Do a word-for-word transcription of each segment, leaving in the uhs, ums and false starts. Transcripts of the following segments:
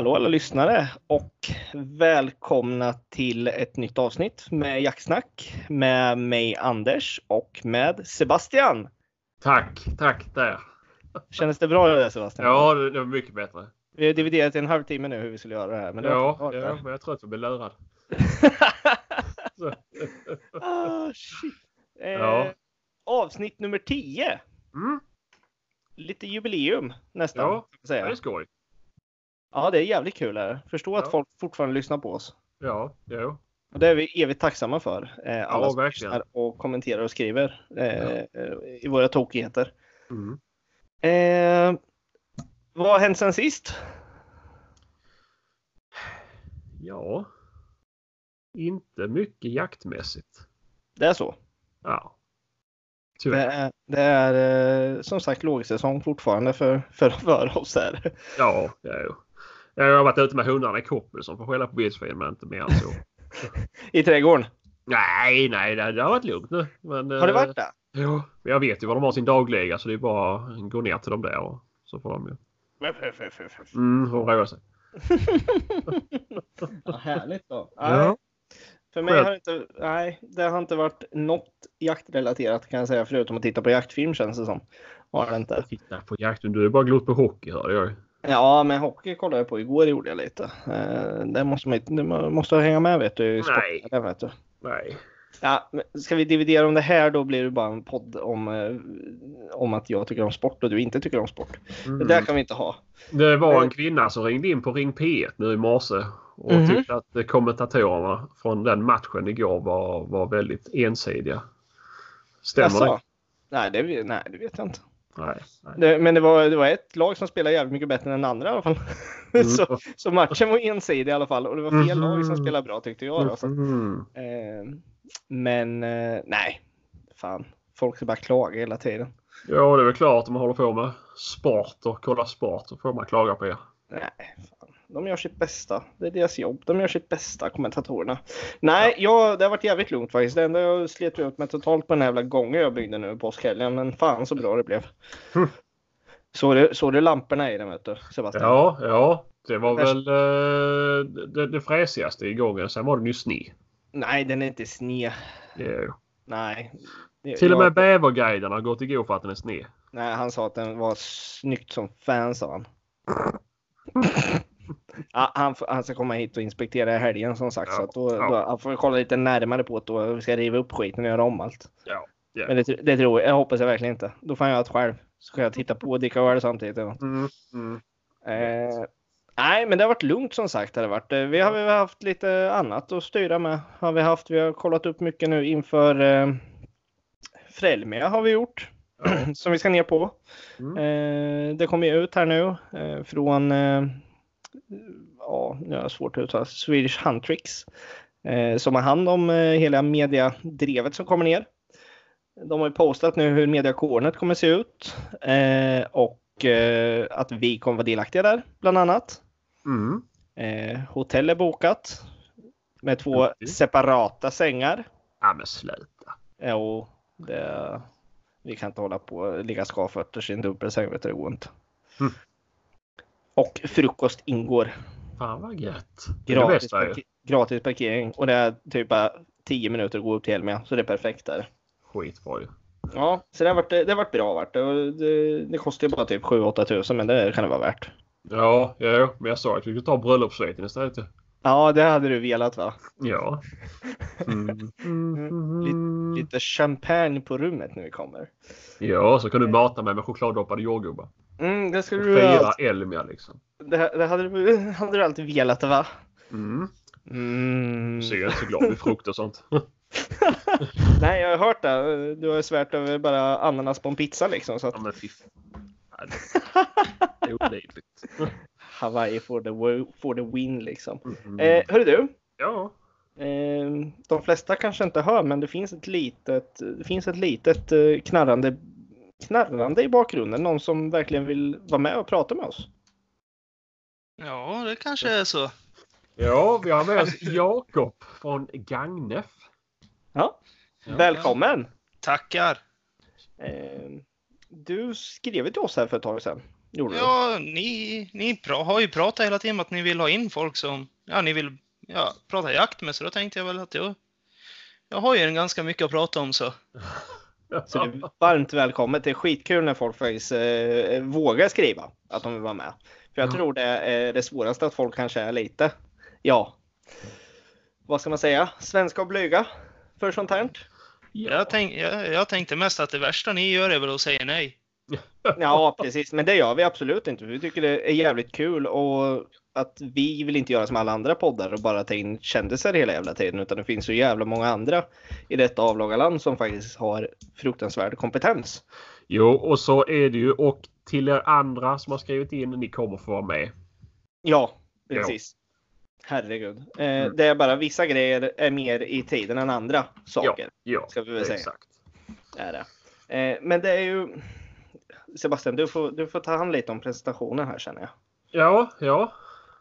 Hallå alla lyssnare och välkomna till ett nytt avsnitt med Jaktsnack med mig Anders och med Sebastian. Tack, tack där. Kändes det bra det Sebastian? Ja, det, det var mycket bättre. Vi har dividerat i en halvtimme nu hur vi skulle göra det här. Men det ja, var ja, men jag tror att vi blir lurad. ah, shit. Eh, Ja. Avsnitt nummer tio. Mm. Lite jubileum nästan. Ja, ska säga. det är skoj. Ja, det är jävligt kul. Här. Förstå att Ja. folk fortfarande lyssnar på oss. Ja, jo. Och det är vi evigt tacksamma för. Eh, alla Ja, som verkligen. lyssnar och kommenterar och skriver eh, i våra tokigheter. Mm. Eh, vad har hänt sen sist? Ja, inte mycket jaktmässigt. Det är så. Ja. Det Tyvärr. är, det är eh, som sagt lågsäsong fortfarande för, för, för oss här. Ja, ja, jo. Jag har varit ute med hundarna i koppel som får skälla på vildsvin, men inte mer än så. I trädgården? Nej, nej, det, det har varit lugnt nu. Men, Har det varit det? Ja, jag vet ju vad de har sin dagliga, så det är bara att gå ner till dem där och så får de ju. Mm, får roa sig. Ja, härligt då. Ja. Nej, för mig har det inte, nej, det har inte varit något jaktrelaterat kan jag säga, förutom att titta på jaktfilm känns det som. Har det inte. Titta på jakten, du är bara glott på hockey, hörde jag. Ja, men hockey kollade jag på igår, gjorde jag lite. Eh, det måste man det måste hänga med, vet du. I Nej. sporten, vet du. Nej. Ja, men ska vi dividera om det här, då blir det bara en podd om, eh, om att jag tycker om sport och du inte tycker om sport. Mm. Det där kan vi inte ha. Det var en kvinna som ringde in på Ring P ett nu i morse och Mhm. tyckte att kommentatorerna från den matchen igår var, var väldigt ensidiga. Stämmer Jaså? det? Nej, det, vet- nej, det vet jag inte. Nej. nej. Det, men det var, det var ett lag som spelade jävligt mycket bättre än den andra i alla fall. Mm. så, så matchen var ensidig i alla fall. Och det var fel Mhm. lag som spelade bra tyckte jag. Då, så. Mm. Eh, men eh, nej, fan. Folk ska bara klaga hela tiden. Ja, det är väl klart om man håller på med sport och kollar sport så får man klaga på er. Nej, fan. De gör sitt bästa. Det är deras jobb. De gör sitt bästa, kommentatorerna. Nej, ja, det har varit jävligt lugnt faktiskt. Det enda jag slet ut med totalt på den här jävla gången jag byggde nu på påskhelgen. Men fan så bra det blev. Mm. Så det, så det lamporna i den, vet du, Sebastian? Ja, ja. Det var Värst. väl eh, det, det fräsigaste i gången. Sen var det ju sne. Nej, den är inte sned. Yeah. Nej. Det- Till och jag- med bäverguiden har gått igår för att den är sned. Nej, han sa att den var snyggt som fan, sa han. Ja, han, f- han ska komma hit och inspektera i helgen som sagt. Ja, Så att då, ja. då, han får kolla lite närmare på att då vi ska riva upp skiten och göra om allt. Ja. ja. Men det, tr- det tror jag, jag hoppas jag verkligen inte. Då får jag göra det själv. Så kan jag titta på och dricka öl samtidigt. eller något. Mm, mm. Eh, nej, men det har varit lugnt som sagt. Har det varit. Eh, Vi har väl haft lite annat att styra med. Har vi, haft. Vi har kollat upp mycket nu inför eh, Frälmia har vi gjort. Ja. Som vi ska ner på. Mm. Eh, det kommer ju ut här nu eh, från eh, ja, nu har jag svårt att uttala Swedish Huntrix eh, som har hand om eh, hela mediadrevet som kommer ner. De har ju postat nu hur mediakornet kommer se ut eh, och eh, att vi kommer vara delaktiga där bland annat. Mm. Eh, hotell är bokat med två Duktig. separata sängar. Ja, men sluta. Ja, och det, vi kan inte hålla på och ligga skavfötters i en dubbelsäng, vet du, det går inte. Mm. Och frukost ingår. Fan vad gött. Det är det Gratis, bästa ju. parke- gratis parkering. Och det är typ bara tio minuter att gå upp till Elmia. Så det är perfekt där. Skitbra ju. Ja, så det har varit, det har varit bra varit. Det, det, det kostar ju bara typ sju åtta tusen, men det kan det vara värt. Ja, ja, men jag sa att vi skulle ta bröllopssviten istället. ju. Ja, det hade du velat, va? Ja. Mm. Mm. Lite champagne på rummet när vi kommer. Ja, så kan du mata mig med chokladdoppade jordgubbar. Mm, det Och skulle du fira alltid, Elmia liksom. det, det hade, du, hade du alltid velat, va? Mm. Mm. Så jag är inte så glad vid frukt och sånt. Nej, jag har hört det. Du har ju svärt över bara ananas på en pizza liksom. Så att Ja, men fy fan. Det är olidligt. Hawaii for the, wo- for the win liksom. Mm. Eh, hörru du. Ja. Eh, de flesta kanske inte hör, men det finns ett litet, det finns ett litet eh, knarrande, knarrande i bakgrunden. Någon som verkligen vill vara med och prata med oss. Ja, det kanske är så. Ja, vi har med oss Jakob från Gagnef. Ja, Ja, välkommen. Tackar. Eh, du skrev till oss här för ett tag sedan. Gjorde ja, ni, ni pra, har ju pratat hela tiden om att ni vill ha in folk som, ja, ni vill ja, prata jakt med, så då tänkte jag väl att jag, jag har ju en ganska mycket att prata om så. Så det är varmt välkommet. Det är skitkul när folk faktiskt eh, vågar skriva att de vill vara med. För jag Ja. tror det är det svåraste att folk kanske är lite, ja, vad ska man säga, svenska och blyga för sånt här. Jag, tänk, jag, jag tänkte mest att det värsta ni gör är väl att säga nej. Ja, precis. Men det gör vi absolut inte. Vi tycker det är jävligt kul och att vi vill inte göra som alla andra poddar och bara ta in kändisar hela jävla tiden, utan det finns så jävla många andra i detta avlånga land som faktiskt har fruktansvärd kompetens. Jo, och så är det ju, och till er andra som har skrivit in, ni kommer få vara med. Ja, precis. Herregud. Eh, Mm. Det är bara vissa grejer är mer i tiden än andra saker. Ja, Ska vi väl säga. exakt. Är det. Eh, men det är ju... Sebastian, du får, du får ta hand lite om presentationen här, känner jag. Ja, ja.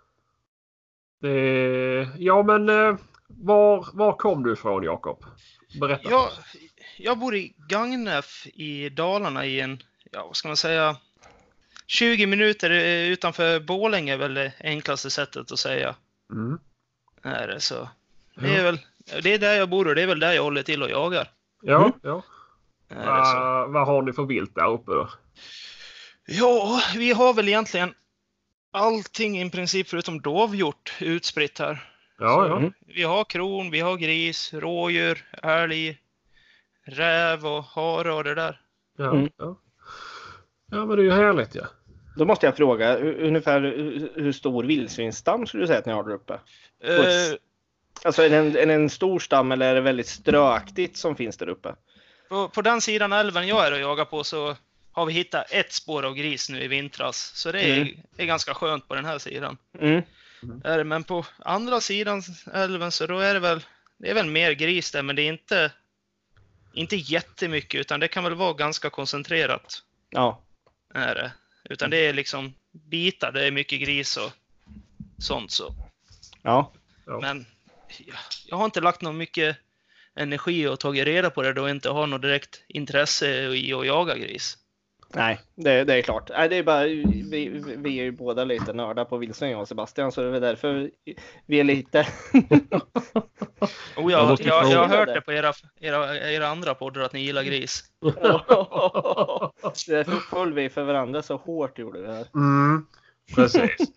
Det, ja, men eh, var, var kom du ifrån, Jakob? Berätta. Jag, jag bor i Gagnef i Dalarna i en, ja vad ska man säga, tjugo minuter utanför Borlänge är väl det enklaste sättet att säga. Mm. Är det så. Det är väl, det är där jag bor och det är väl där jag håller till och jagar. Ja, Mm. ja. Är det så. Uh, vad har ni för vilt där uppe då? Ja, vi har väl egentligen allting i princip förutom dovhjort utspritt här. Ja, Så ja. Mm. Vi har kron, vi har gris, rådjur, älg, räv och hare och det där. Ja, Mm. ja. Ja, men det är ju härligt, ja. Då måste jag fråga, hu- ungefär hur, hur stor vildsvinsstam skulle du säga att ni har där uppe? Eh, Alltså är det, en, är det en stor stam eller är det väldigt ströaktigt som finns där uppe? på, på den sidan älven jag är och jagar på så har vi hittat ett spår av gris nu i vintras. Så det är, Mm. är ganska skönt på den här sidan. Mm. Är det, men på andra sidan älven så då är det väl, det är väl mer gris där, men det är inte, inte jättemycket utan det kan väl vara ganska koncentrerat. Ja. Är det. Utan det är liksom bitar, det är mycket gris och sånt så. Ja. Ja. Men ja, jag har inte lagt någon mycket energi och tagit reda på det då jag inte har något direkt intresse i att jaga gris. Nej, det, det är klart. Nej, det är bara, vi, vi är ju båda lite nördar på vildsvin, jag och Sebastian, så det är väl därför vi är lite... Och Jag jag, måste jag, jag har fråga hört det. det på era, era, era andra poddar att ni gillar gris. Därför föll vi för varandra så hårt, gjorde vi här. Mm, precis.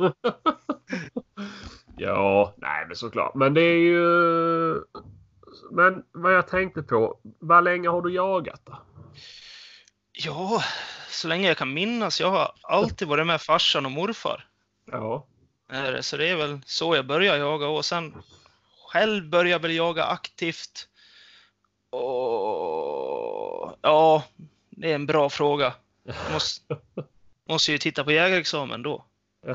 Ja, nej men såklart. Men det är ju... Men vad jag tänkte på, vad länge har du jagat då? Ja, så länge jag kan minnas. Jag har alltid varit med farsan och morfar. Ja. Är det, så det är väl så jag börjar jaga och sen själv börjar väl jaga aktivt. Och ja, det är en bra fråga. Måste, måste ju titta på jägarexamen då.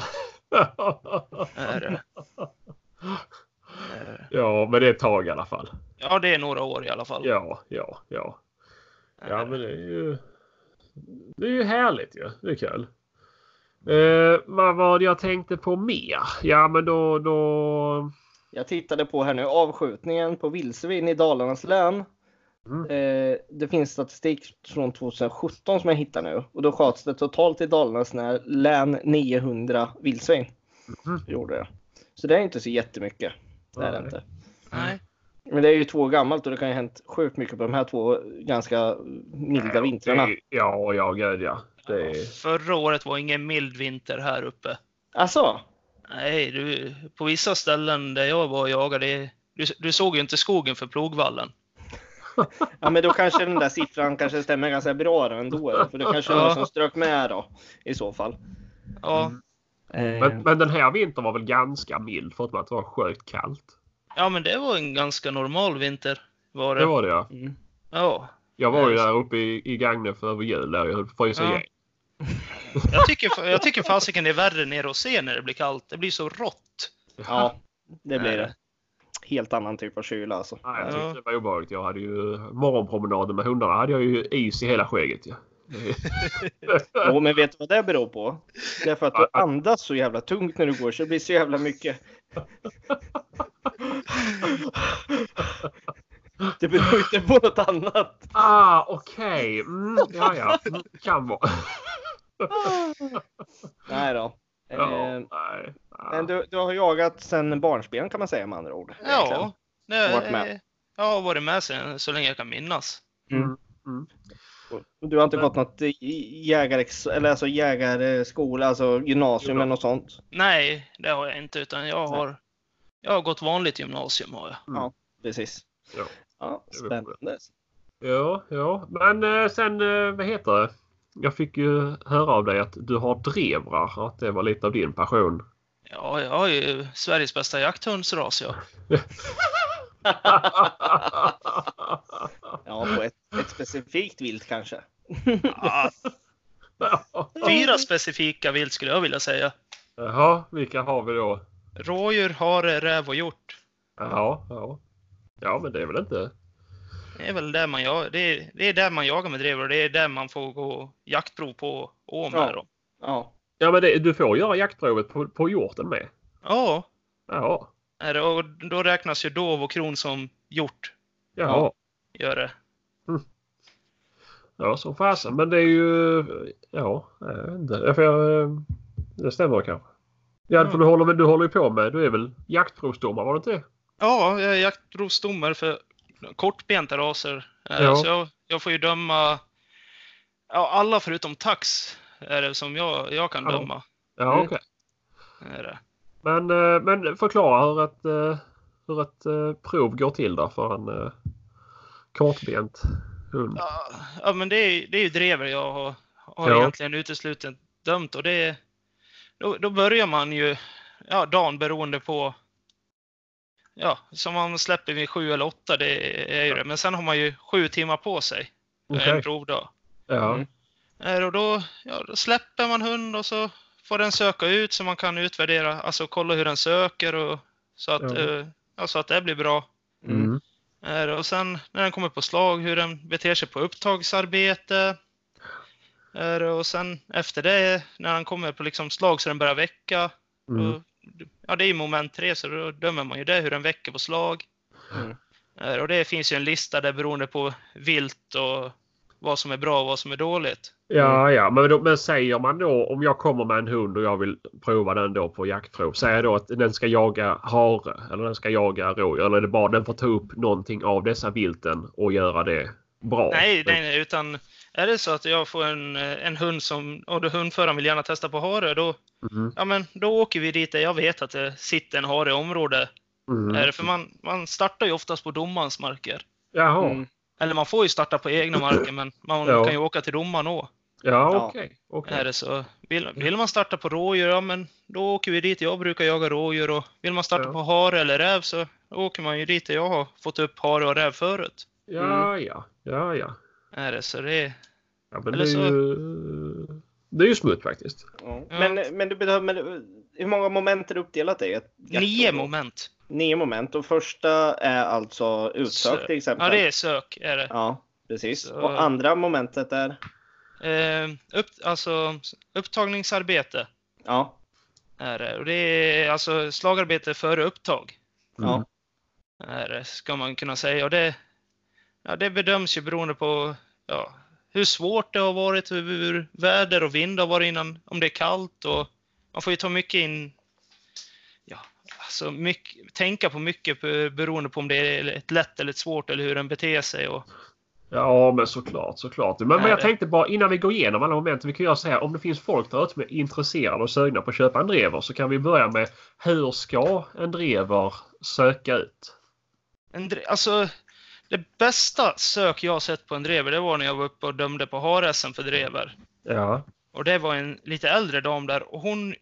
Är det. Är det. Ja, men det är ett tag i alla fall. Ja, det är några år i alla fall. Ja, ja, ja. Ja, men det är ju... Det är ju härligt ju. Ja. Det är kul. Eh, vad var det jag tänkte på mer? Ja, men då... då... Jag tittade på här nu, avskjutningen på vildsvin i Dalarnas län. Mm. Eh, det finns statistik från tjugohundrasjutton som jag hittar nu. Och då sköts det totalt i Dalarnas län niohundra vildsvin. Mm. Gjorde det. Så det är inte så jättemycket. Det är det Nej. inte. Nej. Men det är ju två år gammalt och det kan ju ha hänt sjukt mycket på de här två ganska milda vintrarna. Det- Ja, ja, gud ja. Det är... Förra året var ingen mild vinter här uppe. Alltså? Nej, du, på vissa ställen där jag var och jagade, du, du såg ju inte skogen för plogvallen. Ja, men då kanske den där siffran kanske stämmer ganska bra då ändå. För det kanske är Ja. någon som strök med då i så fall. Ja, Mm. Eh, Men, men den här vintern var väl ganska mild för att det var sjukt kallt. ja men det var en ganska normal vinter. Var det? Det var det ja. mm. Ja. Jag var ju där uppe i, i Gagnef över jul där jag höll på att frysa Ja. ihjäl. Jag tycker, jag tycker fasiken det är värre nere och se när det blir kallt. Det blir så rått. Ja, det blir Nej. det. Helt annan typ av kyla alltså. Nej, jag tyckte Ja. det var obehagligt. Jag hade ju morgonpromenaden med hundarna. Hade jag ju is i hela skägget. Ja. Jo, men vet du vad det beror på? Det är för att du andas så jävla tungt när du går så det blir så jävla mycket. Det beror inte på något annat. Ah, okej. Okay. Mm, ja, ja. Mm, kan vara. Nej då. Ja, Eh, nej. men du, du har jagat sedan barnsben kan man säga med andra ord. Ja, Har varit det, med. jag har varit med sen så länge jag kan minnas. Mm. Mm. Och du har inte Men- gått något jägare, eller alltså jägarskola, alltså gymnasium eller något sånt? Nej, det har jag inte, utan jag har, jag har gått vanligt gymnasium har jag. Mm. Ja, precis. Ja. Ja, Det är väl spännande. Ja, ja. Men eh, sen, eh, vad heter det? Jag fick ju höra av dig att du har drevrar, att det var lite av din passion. Ja, jag har ju Sveriges bästa jakthundsras, ja. Ja, på ett, ett specifikt vilt kanske. ja. Fyra specifika vilt skulle jag vilja säga. Jaha, vilka har vi då? Rådjur, hare, räv och hjort. Ja, ja. Ja, men det är väl inte... Det är väl där man jagar, det är, det är där man jagar med drevrar, det är där man får gå jaktprov på å med Ja. dem. Ja. Ja, men det, du får göra jaktprovet på, på hjorten med. Ja, Ja, är det, och då räknas ju dov och kron som hjort, jaha. gör det. Ja, så fasen. Men det är ju... Ja, jag vet inte. För jag, det stämmer kanske. Ja, för du håller, du håller ju på med... Du är väl jaktprovsdomare, var det inte det? Ja, jag är jaktprovsdomare för kortbenta raser. Eh, Ja. Så jag, jag får ju döma ja, alla förutom tax är det som jag, jag kan Ja. döma. Ja, Mm. okej. Är det. Men, eh, men förklara hur ett, eh, hur ett eh, prov går till där för en eh, kortbent hund. Ja, ja, men det är, det är ju drever jag har, har Ja. egentligen uteslutet dömt. Och det är, då, då börjar man ju ja, dagen beroende på ja, som man släpper vid sju eller åtta, det är ju det. Men sen har man ju sju timmar på sig. Okej. En provdag. Ja. Mm. Eh, Och då, ja, då släpper man hund och så får den söka ut så man kan utvärdera, alltså kolla hur den söker och så att, Ja. eh, ja, så att det blir bra. Mm. Eh, Och sen när den kommer på slag, hur den beter sig på upptagsarbete. Eh, Och sen efter det, när den kommer på liksom slag så den börjar väcka. Mm. Då, ja, det är ju moment tre, så då dömer man ju det, hur den väcker på slag. Mm. Eh, Och det finns ju en lista där beroende på vilt och vad som är bra och vad som är dåligt. Ja, ja. Men, då, men säger man då, om jag kommer med en hund och jag vill prova den då på jaktprov, säger jag då att den ska jaga hare eller den ska jaga rådjur, eller är det bara den får ta upp någonting av dessa vilten och göra det bra? Nej, nej, nej, utan är det så att jag får en, en hund som, och då hundföraren vill gärna testa på hare, då, Mm. ja, men då åker vi dit där jag vet att det sitter en hare i området. Mm. Är det, för man, man startar ju oftast på domarens marker. Jaha. Mm. Eller man får ju starta på egna marker, men man Ja. kan ju åka till domaren också. Ja, Ja. okej. okej. Är det så. Vill, vill man starta på rådjur, ja men då åker vi dit jag brukar jaga rådjur. Och vill man starta Ja. på hare eller räv så åker man ju dit där jag har fått upp hare och räv förut. Ja, ja. Ja, ja. Är det så det är... Ja, men Eller det är så- ju... Det är ju smutt faktiskt. Ja. Ja. Men, men du bedömer, hur många moment är det uppdelat i? Ett jaktprov Nio då? moment. Nio moment. Och första är alltså utsök Sö- till exempel. Ja, det är sök. Är det. Ja, precis. Så- Och andra momentet är? Eh, upp, alltså upptagningsarbete Ja. är det. Och det är alltså slagarbete före upptag. Ja. Är det, ska man kunna säga. Och det, ja, det bedöms ju beroende på ja, hur svårt det har varit, hur, hur väder och vind har varit innan, om det är kallt. Och man får ju ta mycket in, ja, alltså mycket, tänka på mycket på- beroende på om det är ett lätt eller ett svårt eller hur den beter sig. Och, Ja, men såklart, såklart. Men, men Är jag det? tänkte bara innan vi går igenom alla moment, vi kan göra så här. Om det finns folk där ute som är intresserade och sugna på att köpa en drever så kan vi börja med hur ska en drever söka ut? en, dre- alltså, det bästa sök jag har sett på en drever, det var när jag var uppe och dömde på Haressen för drever. Ja. Och det var en lite äldre dam där och hon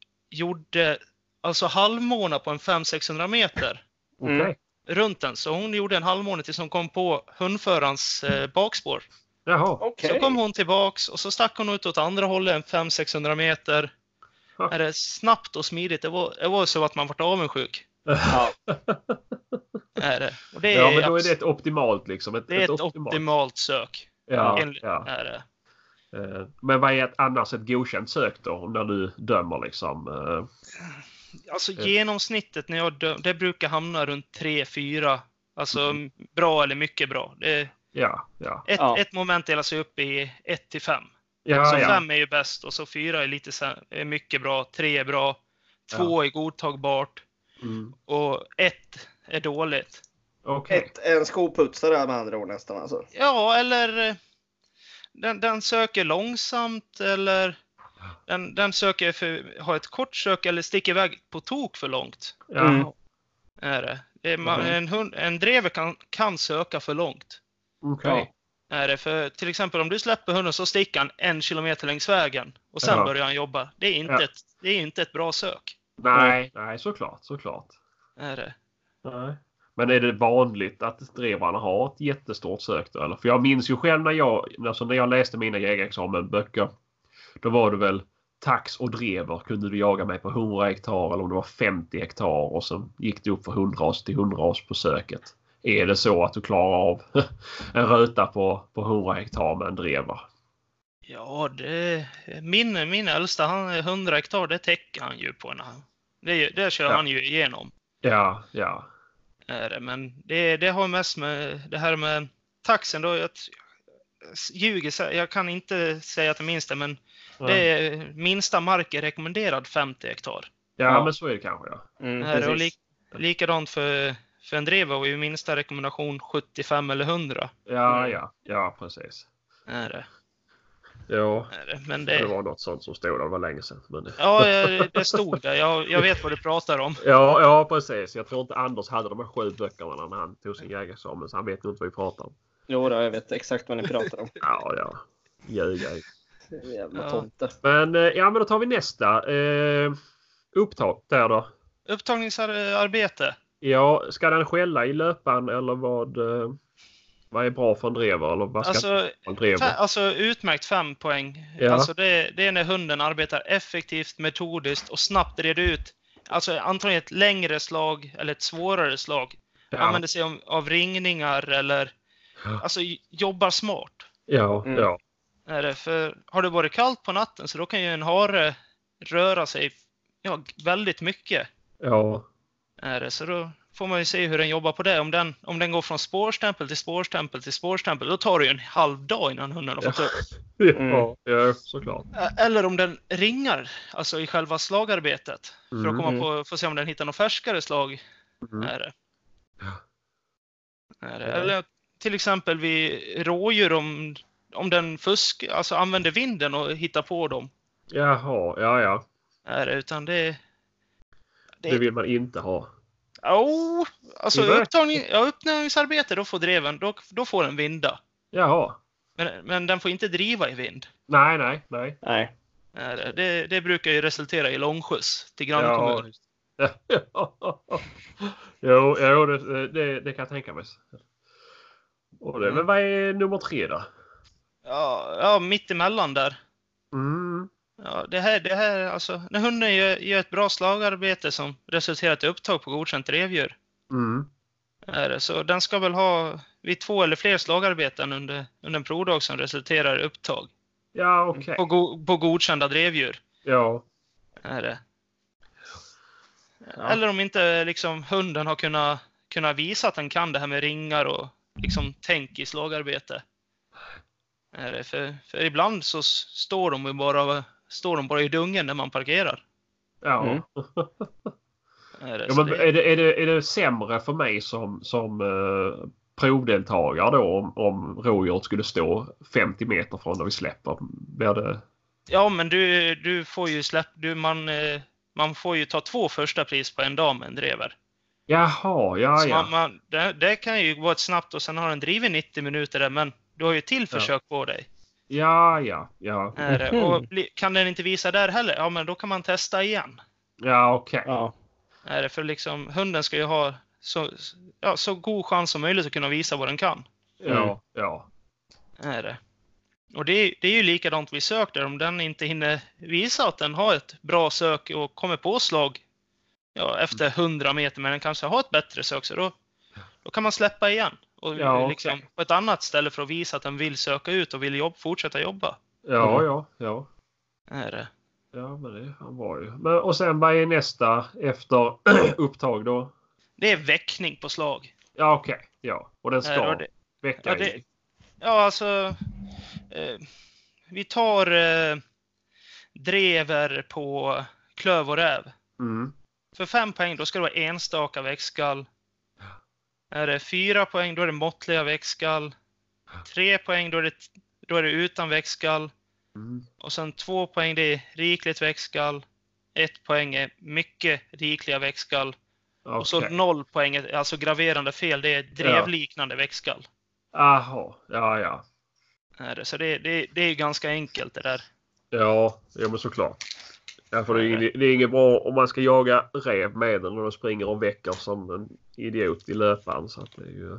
gjorde alltså halvmåna på en fem sexhundra meter Okej. Mm. runt den. Så hon gjorde en halvmåne tills hon kom på hundförarens eh, bakspår. Jaha. Okej. Så kom hon tillbaks och så stack hon ut åt andra hållet en fem sexhundra meter. Ja. Är det snabbt och smidigt. Det var, det var så att man vart avundsjuk. Ja. Är det. Och det är, Ja, men då är abs- det ett optimalt liksom. Ett, det är ett optimalt sök. Ja, En- ja. Är det. Eh, Men vad är ett, annars ett godkänt sök då? När du dömer liksom? eh, Alltså Eh. genomsnittet när jag döm, det brukar hamna runt tre fyra. Alltså Mm. bra eller mycket bra. Det är Ja, ja. ett, Ja. ett moment delar sig upp i ett till fem. Ja, så ja. fem är ju bäst och så fyra är lite är mycket bra, tre är bra, två Ja. är godtagbart Mm. och ett är dåligt. Okej. Ett, en skoputsare med andra ord nästan alltså. Ja, eller eh, den, den söker långsamt eller den, den söker för har ett kort sök eller sticker iväg på tok för långt. Jaha. Mm. Är det. Det är, man, Mhm. en, hund, en drever kan, kan söka för långt. Okej. Är det. För till exempel om du släpper hunden så sticker han en kilometer längs vägen och sen Ja. börjar han jobba. Det är inte, Ja. ett, det är inte ett bra sök. Nej, nej, såklart, såklart. Är det. Nej. Men är det vanligt att drevarna har ett jättestort sök då? Eller? För jag minns ju själv när jag, alltså när jag läste mina jägarexamenböcker. Då var det väl tax och drever kunde du jaga mig på hundra hektar eller om det var femtio hektar och så gick det upp för hundras till hundras på söket. Är det så att du klarar av en röta på, på hundra hektar med en drever? Ja, det, min, min äldsta, han är hundra hektar, det täcker han ju på en hand. Det, det kör Ja. han ju igenom. Ja, ja. Är det. Men det, det har mest med det här med taxen då. Jag ljuger, jag kan inte säga att det minsta, men Ja, det är, minsta mark är rekommenderad femtio hektar. ja, Ja. men så är det kanske, ja. Mm, Är det. Och precis. lik, likadant för, för en drever var ju minsta rekommendation sjuttiofem eller hundra. Ja, Mm. ja, ja, precis. Är det. Ja, Är det. Men det det, var något sånt som stod där, det var länge sedan. Men... ja, det stod där. Jag, jag vet vad du pratar om. Ja, ja, precis. Jag tror inte Anders hade de här sju böckerna när han tog sin jägarexamen, så han vet nog inte vad vi pratar om. Jo då, jag vet exakt vad ni pratar om. Ja, ja. Ljuga. Jävla Ja. tomte. Men, eh, ja, men då tar vi nästa. Eh, upptag där då. Upptagningsarbete. Ja, ska den skälla i löpan eller vad, eh, vad är bra för en drever? Eller vad ska Alltså, en drever? Fe- Alltså utmärkt fem poäng. Ja. Alltså det, det är när hunden arbetar effektivt, metodiskt och snabbt reder ut. Alltså antagligen ett längre slag eller ett svårare slag. Ja, Använder sig av, av ringningar eller Ja. alltså jobbar smart. ja, Mm. ja. Är det. För har det varit kallt på natten så då kan ju en hare röra sig ja, väldigt mycket. Ja, Är det. Så då får man ju se hur den jobbar på det. Om den, om den går från spårstämpel till spårstämpel till spårstämpel, då tar det ju en halv dag innan hunden har fått upp. ja, Mm. ja, såklart. Eller om den ringar, alltså i själva slagarbetet. För att Mm. komma Mm. på, få se om den hittar något färskare slag. Mm. Är det. Ja. Är det. Ja. Eller till exempel vid rådjur, om, om den fusk, alltså använder vinden och hittar på dem. Jaha, ja, ja. Är det. Utan det... Det vill man inte ha. Oh, alltså Det är upptagning, ja, upptagningsarbete, då får dreven, då, då får den vinda. Jaha. Men, men den får inte driva i vind. Nej, nej, nej. Nej. Är det. Det, det brukar ju resultera i långskjuts till Ja. grannkommunen. jo, jo det, det, det kan jag tänka mig. Och det, Mm. Men vad är nummer tre då? Ja, ja, mitt emellan där. Mm. Ja, det här, det här, alltså, när hunden gör, gör ett bra slagarbete som resulterar i upptag på godkänt revdjur, Mm. är det, så den ska väl ha vid två eller fler slagarbeten under, under en provdag som resulterar i upptag Ja, okej. på, go, på godkända drevdjur. Ja. Är det. Ja. Eller om inte liksom hunden har kunnat, kunnat visa att den kan det här med ringar och liksom tänk i slagarbete. Är det. För, för ibland så s- står de ju bara, står de bara i dungen när man parkerar. Ja. Mm. Är det. Ja, Så men det, är, det, är, det, är det sämre för mig som, som uh, provdeltagare då om, om rådjuret skulle stå femtio meter från där vi släpper? Blir det... ja, men du, du får ju släpp, du, man, eh, man får ju ta två första pris på en dag med en drever. Jaha, ja, Så ja. man, man, det, det kan ju vara ett snabbt och sen har den drivit nittio minuter där, men du har ju till försök på dig. Ja, ja, ja. Är det. Mhm. Och bli, kan den inte visa där heller, ja men då kan man testa igen. Ja, okej. Ja. Är det. För liksom, hunden ska ju ha så, ja, så god chans som möjligt att kunna visa vad den kan. Ja, ja. Är det. Och det är, det är ju likadant vid sök där, om den inte hinner visa att den har ett bra sök och kommer på slag ja, efter hundra meter, men den kanske har ett bättre sök, så då, då kan man släppa igen. Och Ja, okej. liksom på ett annat ställe för att visa att den vill söka ut och vill jobb, fortsätta jobba. Ja, Mm. ja, ja. Är det. Ja, men det han var ju. Men, och sen vad är nästa efter upptag då? Det är väckning på slag. Ja, okej. Ja, och den Är ska och det, väcka ja, det, i. ja, alltså... Eh, vi tar eh, drever på klöv och räv. Mm. För fem poäng då ska det vara enstaka växtskall. Är det fyra poäng då är det måttliga växtskall. Tre poäng då är det, då är det utan växtskall. Mm. Och sen två poäng det är rikligt växtskall. Ett poäng är mycket rikliga växtskall. Okay. Och så noll poäng är alltså graverande fel. Det är drevliknande ja. växtskall. Aha, ja ja. Är det, så det, det, det är ju ganska enkelt det där. Ja, ja men såklart. Ja, för det, är, det är inget bra om man ska jaga rev med den och de springer och väcker som en idiot i löparen. Så att det är ju...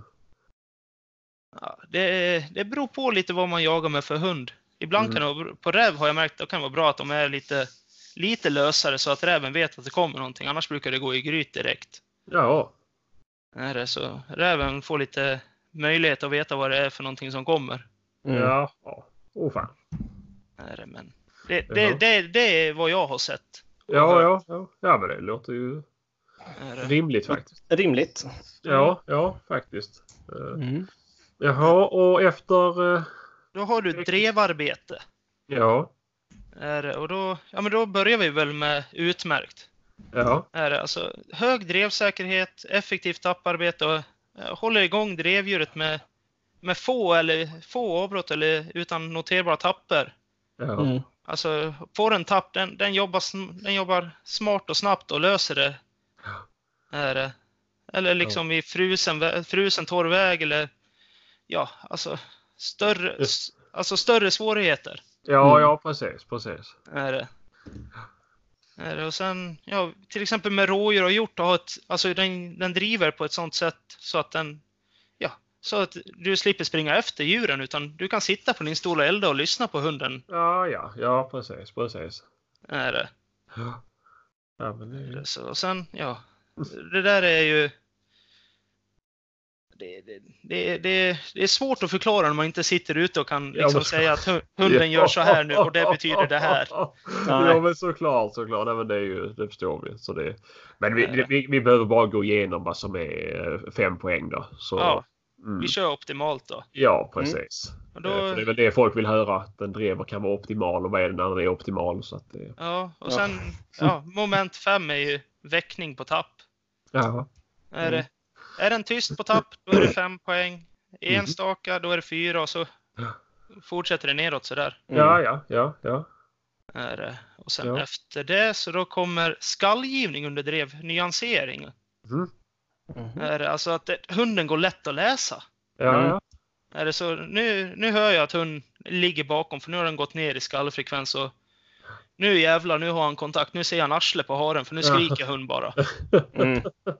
Ja, det, det beror på lite vad man jagar med för hund. Ibland mm. kan det, på räv har jag märkt att det kan vara bra att de är lite, lite lösare så att räven vet att det kommer någonting. Annars brukar det gå i gryt direkt. Ja. Är det, så räven får lite möjlighet att veta vad det är för någonting som kommer. Mm. Ja, ja. Oh, fan. Är det, men det, det, det, det är vad jag har sett. Ja, ja, ja. Ja, men det låter ju rimligt faktiskt. Rimligt. Ja, ja, faktiskt. Mm. Jaha, och efter... Då har du drevarbete. Ja. Är det, och då, ja, men då börjar vi väl med utmärkt. Ja. Är det, alltså, hög drevsäkerhet, effektivt tapparbete och ja, håller igång drevdjuret med, med få eller få avbrott eller utan noterbara tapper. Ja. Mm. Alltså, får en tapp, den, den, jobbar, den jobbar smart och snabbt och löser det. Är det. Eller liksom ja. i frusen, frusen torr väg eller ja, alltså större, alltså större svårigheter. Ja, mm. ja, precis, precis. Är det. Är det. Och sen, ja, till exempel med rådjur och hjort, har ett, alltså den, den driver på ett sånt sätt så att den, ja, så att du slipper springa efter djuren utan du kan sitta på din stol och elda och lyssna på hunden. Ja, ja, ja, precis, precis. Är det. Ja. Ja, men det är ju... Så, och sen, ja, det där är ju Det, det, det, det, det är svårt att förklara när man inte sitter ute och kan liksom ja, säga att hunden gör så här nu och det betyder det här. Ja, men såklart, såklart. Nej, men det, är ju, det förstår vi. Så det, men vi, vi, vi behöver bara gå igenom vad som är fem poäng då. Så, ja, mm. vi kör optimalt då. Ja, precis. Mm. Då... För det är väl det folk vill höra, att en drever kan vara optimal och vad är det när den är optimal. Så att det... Ja, och sen ja. Ja, moment fem är ju väckning på tapp. Ja. Är det. Är den tyst på tapp, då är det fem poäng. Enstaka, då är det fyra och så fortsätter det neråt sådär. Mm. Ja, ja, ja, ja. Är det. Och sen ja. efter det så då kommer skallgivning under drev, nyansering. Mm. Mm. Är det, alltså att det, hunden går lätt att läsa. Ja, mm. ja. Är det så, nu, nu hör jag att hunden ligger bakom för nu har den gått ner i skallfrekvens och nu jävlar, nu har han kontakt. Nu ser han arsle på haren för nu skriker hund bara. Mm.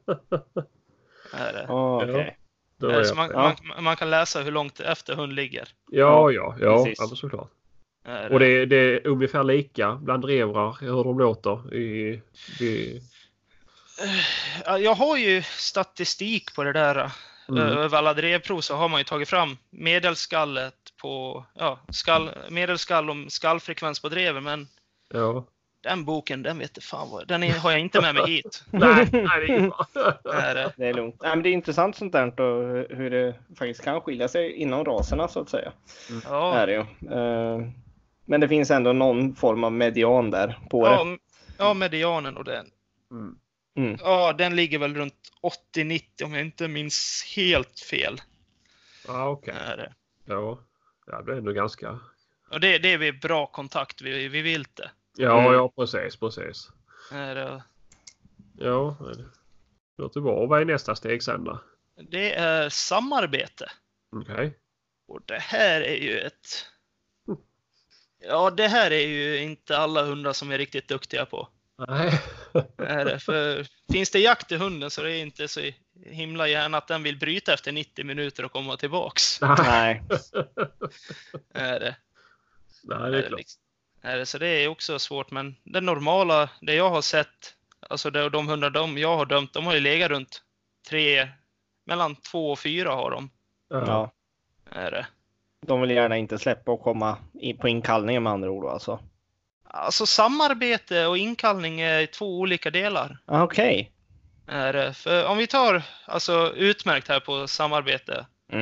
Är det. Oh, okay. Ja, är det så man, ja. man, man kan läsa hur långt efter hund ligger. Ja, ja, ja, ja såklart. Det. Och det, det är ungefär lika bland drevrar hur de låter. I, i... Jag har ju statistik på det där. Mm. Över alla drevprov så har man ju tagit fram medelskallet på ja, skall, medelskall om skallfrekvens på dreven, men ja. Den boken, den vet jag fan vad. Den är, har jag inte med mig hit. nej, nej, det är är det. Det är lugnt. Nej, men det är intressant sånt där och hur det faktiskt kan skilja sig inom raserna så att säga. Mm. Ja. Är det ju. Men det finns ändå någon form av median där på ja, det. Ja, medianen och den. Mm. Mm. Ja, den ligger väl runt åttio nittio om jag inte minns helt fel. Ja, okej. Okay. Ja, ja, det är ändå ganska... Och det, det är vi bra kontakt vid, vid vilte. Ja, mm. ja, precis, precis. Är det... Ja, det låter bra. Och vad är nästa steg sen då? Det är samarbete. Okej. Okay. Och det här är ju ett... Ja, det här är ju inte alla hundar som är riktigt duktiga på. Nej. Är det, för finns det jakt i hunden så är det inte så himla gärna att den vill bryta efter nittio minuter och komma tillbaks. Nej. Är det. Nej, det är klart. Är det, så det är också svårt, men det normala, det jag har sett, alltså det, de hundar de jag har dömt, de har ju legat runt tre, mellan två och fyra har de. Ja. Är det. De vill gärna inte släppa och komma in på inkallningen med andra ord alltså. Alltså samarbete och inkallning är två olika delar. Okej. Okay. Är det. För om vi tar alltså utmärkt här på samarbete. Mm.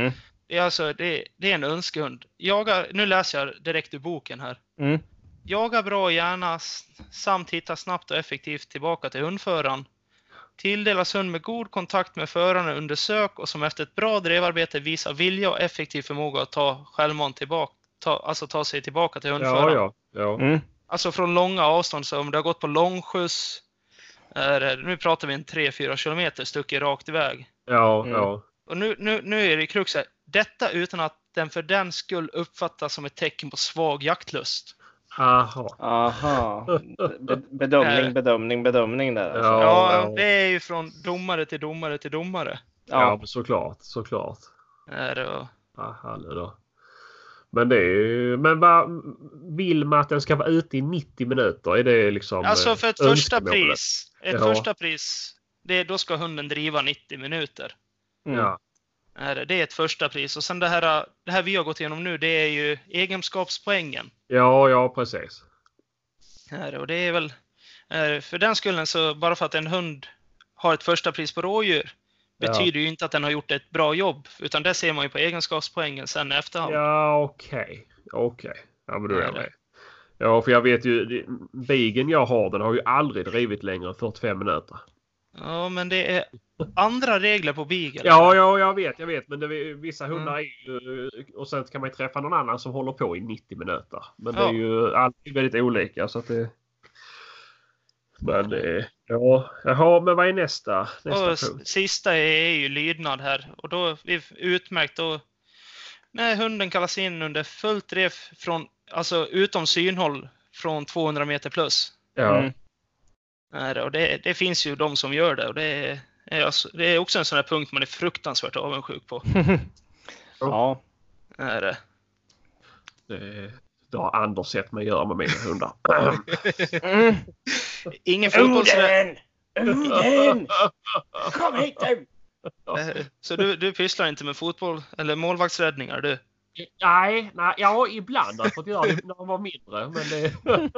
alltså det, det är en önskehund. Jaga, nu läser jag direkt ur boken här. Mm. Jaga bra och gärna samt hitta snabbt och effektivt tillbaka till hundföraren. Tilldelas hund med god kontakt med föraren under sök och som efter ett bra drevarbete visar vilja och effektiv förmåga att ta självmant tillbaka, ta, alltså ta sig tillbaka till hundföraren. Ja, ja, ja. Mm. Alltså från långa avstånd, så om det har gått på långskjuts, är, nu pratar vi en tre fyra kilometer stycke rakt iväg. Ja, Mm. ja. Och nu, nu, nu är det krux här. Detta utan att den för den skull uppfattas som ett tecken på svag jaktlust. Aha. Aha. Be- bedömning, bedömning, bedömning där. Alltså. Ja. Ja, det är ju från domare till domare till domare. Ja, Ja. men såklart, såklart. Är det, och, Aha, nu då. Men det är ju, men vad vill man att den ska vara ute i nittio minuter? Är det liksom alltså för ett eh, första önskemålet? pris, ett Ja. första pris, det, då ska hunden driva nittio minuter. Mm. Ja. Är det, det är ett första pris. Och sen det här, det här vi har gått igenom nu, det är ju egenskapspoängen. Ja, ja, precis. Är det, och det är väl, är, för den skullen så, bara för att en hund har ett första pris på rådjur, Ja. betyder ju inte att den har gjort ett bra jobb. Utan det ser man ju på egenskapspoängen sen i efterhand. Ja, okej. Okej. Ja, men då är jag Ja, med. Ja, för jag vet ju, det- bigen jag har, den har ju aldrig drivit längre än fyrtiofem minuter. Ja, men det är andra regler på beagle. Ja, ja, jag vet, jag vet. Men det, vissa Mm. hundar är ju... Och sen kan man ju träffa någon annan som håller på i nittio minuter. Men det Ja. är ju alltid väldigt olika, så att det... Men det... Ja, jaha, men vad är nästa, nästa Och s- punkt? sista är ju lydnad här. Och då är vi utmärkt då. När hunden kallas in under fullt drev från, alltså utom synhåll från tvåhundra meter plus. Ja, Mm. Är det, och det, det finns ju de som gör det. Och det är, är alltså, det är också en sån här punkt man är fruktansvärt avundsjuk på. Ja. Är det. det, det har Anders sett mig göra med mina hundar. Mm. Ingen fotbollsrädd. Oden! Oden! Kom hit du! Så du, du pysslar inte med fotboll eller målvaktsräddningar du? Nej, nej, ja, ibland har jag fått göra det när man var mindre. Men, det...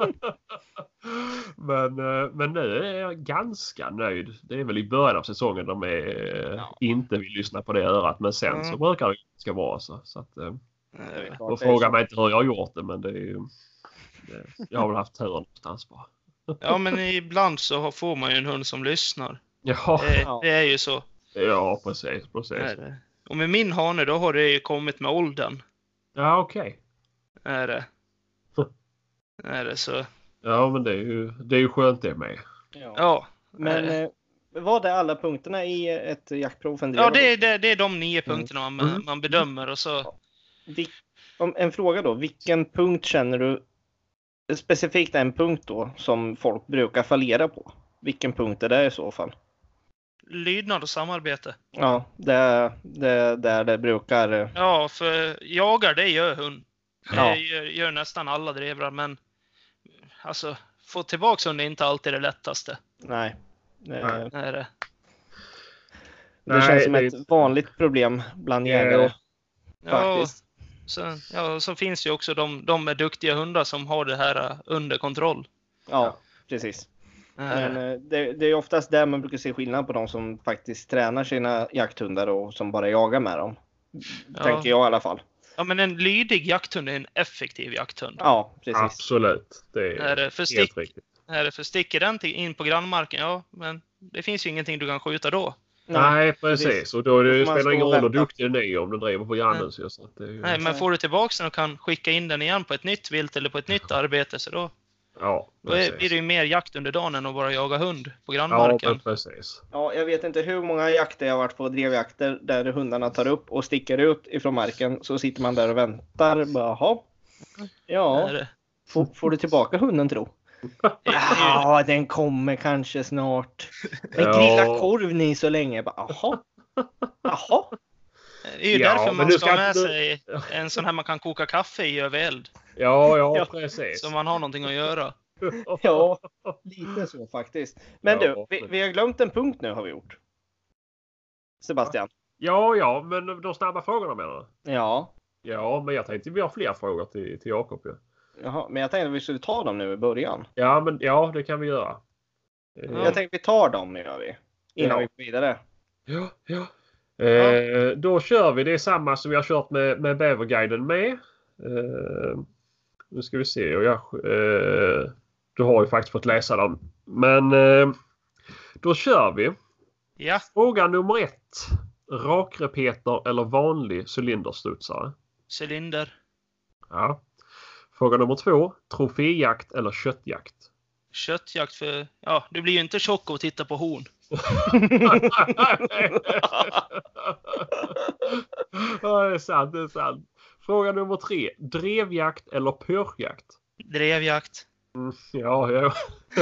men, eh, men nu är jag ganska nöjd. Det är väl i början av säsongen de är, eh, Ja. inte vill lyssna på det örat. Men sen Mm. så brukar det ganska bra. Så, så att, eh, Eh, och fråga mig inte hur jag har gjort det, men det är ju... Det, jag har väl haft tur någonstans bara. Ja, men ibland så får man ju en hund som lyssnar. Ja, Det, Ja. det är ju så. ja precis. precis. Är det. Och med min hane då har det ju kommit med åldern. Ja, okej. Är det. Är det så. Ja, men det är ju, det är ju skönt det med. Ja. Ja. Men eh, eh, vad är alla punkterna i ett jaktprov för en ja, drev? det är, det, det är de nio Mm. punkterna man, Mm. man bedömer och så. Vil- om, en fråga då. Vilken punkt känner du specifikt en punkt då som folk brukar fallera på? Vilken punkt är det i så fall? Lydnad och samarbete. Ja, det är det, där det brukar... eh, Ja, för jagar det gör hund. Det Ja. gör, gör nästan alla drevrar, men alltså få tillbaka hund är inte alltid det lättaste. Nej. Det, Nej. Är det. det Nej, känns som det är ett vanligt problem bland jägare. Ja, Faktiskt. så, ja, så finns ju också de, de med duktiga hundar som har det här uh, under kontroll. Ja, precis. Är Men det. eh, det, det är oftast där man brukar se skillnad på de som faktiskt tränar sina jakthundar och som bara jagar med dem. Ja. Tänker jag i alla fall. Ja, men en lydig jakthund är en effektiv jakthund. Ja, precis. Absolut. Det är Är det för helt stick, riktigt. är det för sticker den till, in på grannmarken, ja, men det finns ju ingenting du kan skjuta då. Nej, precis. Och då är det, Då får man spelar stå ingen och roll hur vänta. duktig den är om den driver på grannens. ju, Så att det är ju... Nej, men får du tillbaka den och kan skicka in den igen på ett nytt vilt eller på ett nytt arbete, så då, Ja, då är, precis. blir det ju mer jakt under dagen än att bara jaga hund på Ja, grannmarken. men precis. Ja, jag vet inte hur många jakter jag har varit på, drevjakter, där hundarna tar upp och sticker ut ifrån marken. Så sitter man där och väntar. Bara, jaha. Ja, Är det. får, får du tillbaka hunden tro? Ja, den kommer kanske snart. Men Ja. grilla korv ni så länge. Bara, jaha. Jaha. Det är ju Ja, därför men man du ska ha ska med inte- sig en sån här man kan koka kaffe i över eld. Ja, ja, Ja. precis. Så man har någonting att göra. Ja, lite så faktiskt. Men Ja, du, vi, vi har glömt en punkt nu har vi gjort. Sebastian. Ja, ja, men de snabba frågorna menar du? Ja. Ja, men jag tänkte vi har fler frågor till, till Jakob. Ja. Jaha, men jag tänkte att vi skulle ta dem nu i början. Ja, men ja, det kan vi göra. Eh, Ja. Jag tänkte att vi tar dem nu gör vi. Innan Ja. vi går vidare. Ja, ja. Eh, då kör vi. Det är samma som jag har kört med, med Bäverguiden med. Eh, nu ska vi se. Och jag, eh, du har ju faktiskt fått läsa dem. Men eh, då kör vi. Ja. Fråga nummer ett. Rakrepeter eller vanlig cylinderstudsare? Cylinder. Ja. Fråga nummer två. Troféjakt eller köttjakt? Köttjakt för... Ja, du blir ju inte tjock av att titta på horn. Ja, det är sant, det är sant. Fråga nummer tre. Drevjakt eller pörjakt? Drevjakt. Mm, ja, ja.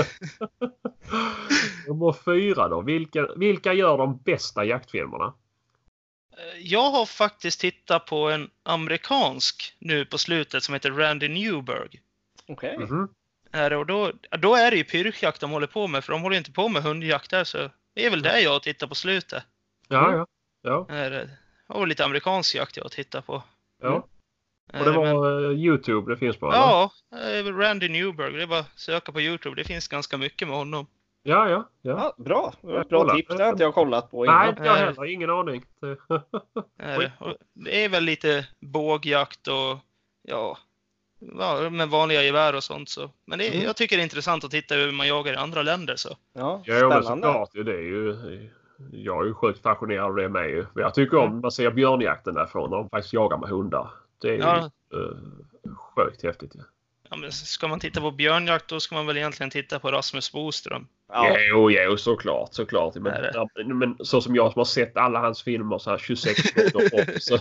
Nummer fyra då. Vilka, vilka gör de bästa jaktfilmerna? Jag har faktiskt tittat på en amerikansk nu på slutet som heter Randy Newberg. Okej. Okay. Mm-hmm. Är, och då, då är det ju pyrschjakt de håller på med, för de håller inte på med hundjakt där, så det är väl det jag tittar på slutet. Ja, ja. ja. Är, det var lite amerikansk jakt jag tittar på. Ja. Och det var men, YouTube det finns på? Ja, eller? Randy Newberg. Det är bara att söka på YouTube. Det finns ganska mycket med honom. Ja, ja. ja. ja bra. Bra kolla. Tips det att jag har kollat på innan. Nej, jag har heller ingen aning. är, det är väl lite bågjakt och ja, med vanliga gevär och sånt. Så. Men det är, mm. jag tycker det är intressant att titta hur man jagar i andra länder. Så. Ja, ja men såklart. Det är ju... Jag är ju sjukt fascinerad av det med. Jag tycker om man ser björnjakten därifrån när de faktiskt jagar med hundar. Det är ja. ju uh, sjukt häftigt. Ja. Ja, men ska man titta på björnjakt då ska man väl egentligen titta på Rasmus Boström. Ja, jo, jo såklart, såklart. Men, ja, men så som jag som har sett alla hans filmer så här tjugosex minuter så.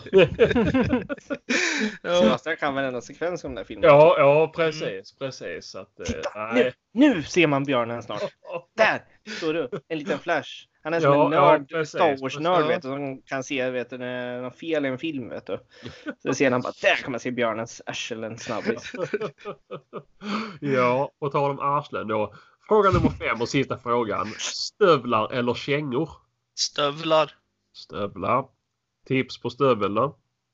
Sebastian kan väl en sekvens om den här filmen. Ja, ja, precis, mm. precis. Så att, Titta, nu, nu ser man björnen snart. Där står du, en liten flash. Han är som ja, en nörd, ja, Star Wars-nörd, vet du, som kan se, vet du, någon fel i en film, vet du. Så ser han bara, där kan man se björnens arsel en snabbis. Ja, och ta om arslen då. Fråga nummer fem och sista frågan. Stövlar eller kängor? Stövlar. Stövlar. Tips på stövel då?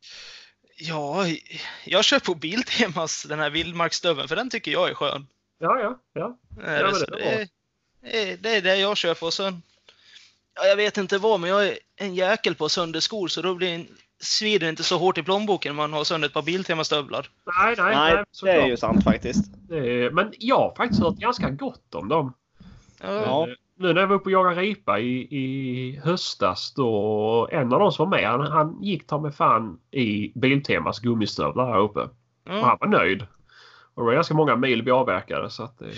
Ja, jag kör på Biltemas den här vildmarksstöveln, för den tycker jag är skön. Ja, ja, ja. Är ja det, det, är, det är det jag kör på. Sen, ja, jag vet inte vad, men jag är en jäkel på sönderskor, så då blir en, svider inte så hårt i plånboken när man har sönder ett par Biltema-stövlar. Nej, nej, nej, nej det är ju sant faktiskt. Är, men jag har faktiskt hört ganska gott om dem. Ja. Nu när jag var uppe och jagade ripa i, i höstas då, en av de som var med, han, han gick ta med fan i Biltemas gummistövlar här uppe. Ja. Och han var nöjd. Och det var ganska många mil vi avverkade så att det...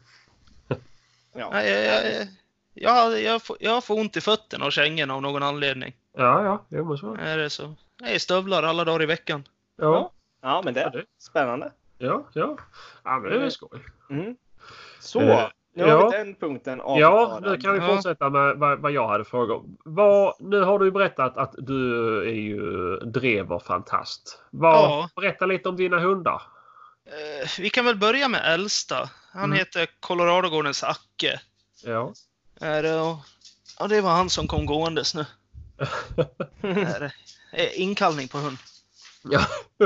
ja. Nej, jag, jag, jag, jag, får, jag får ont i fötterna och kängorna av någon anledning. Ja, ja, det måste vara. Är det så? Jag är stövlar alla dagar i veckan. Ja, ja men det är spännande. Ja, ja. Ja, men det är skoj. Mm. Så, eh, nu har ja. vi den punkten avklarad. Ja, nu kan vi fortsätta med vad, vad jag hade frågat. Vad, nu har du ju berättat att du är ju dreverfantast. Vad, ja. Berätta lite om dina hundar. Eh, vi kan väl börja med äldsta. Han mm. heter Coloradogårdens Acke. Ja. Är det, och, ja, det var han som kom gåendes nu. Är det, är inkallning på hund. Ja.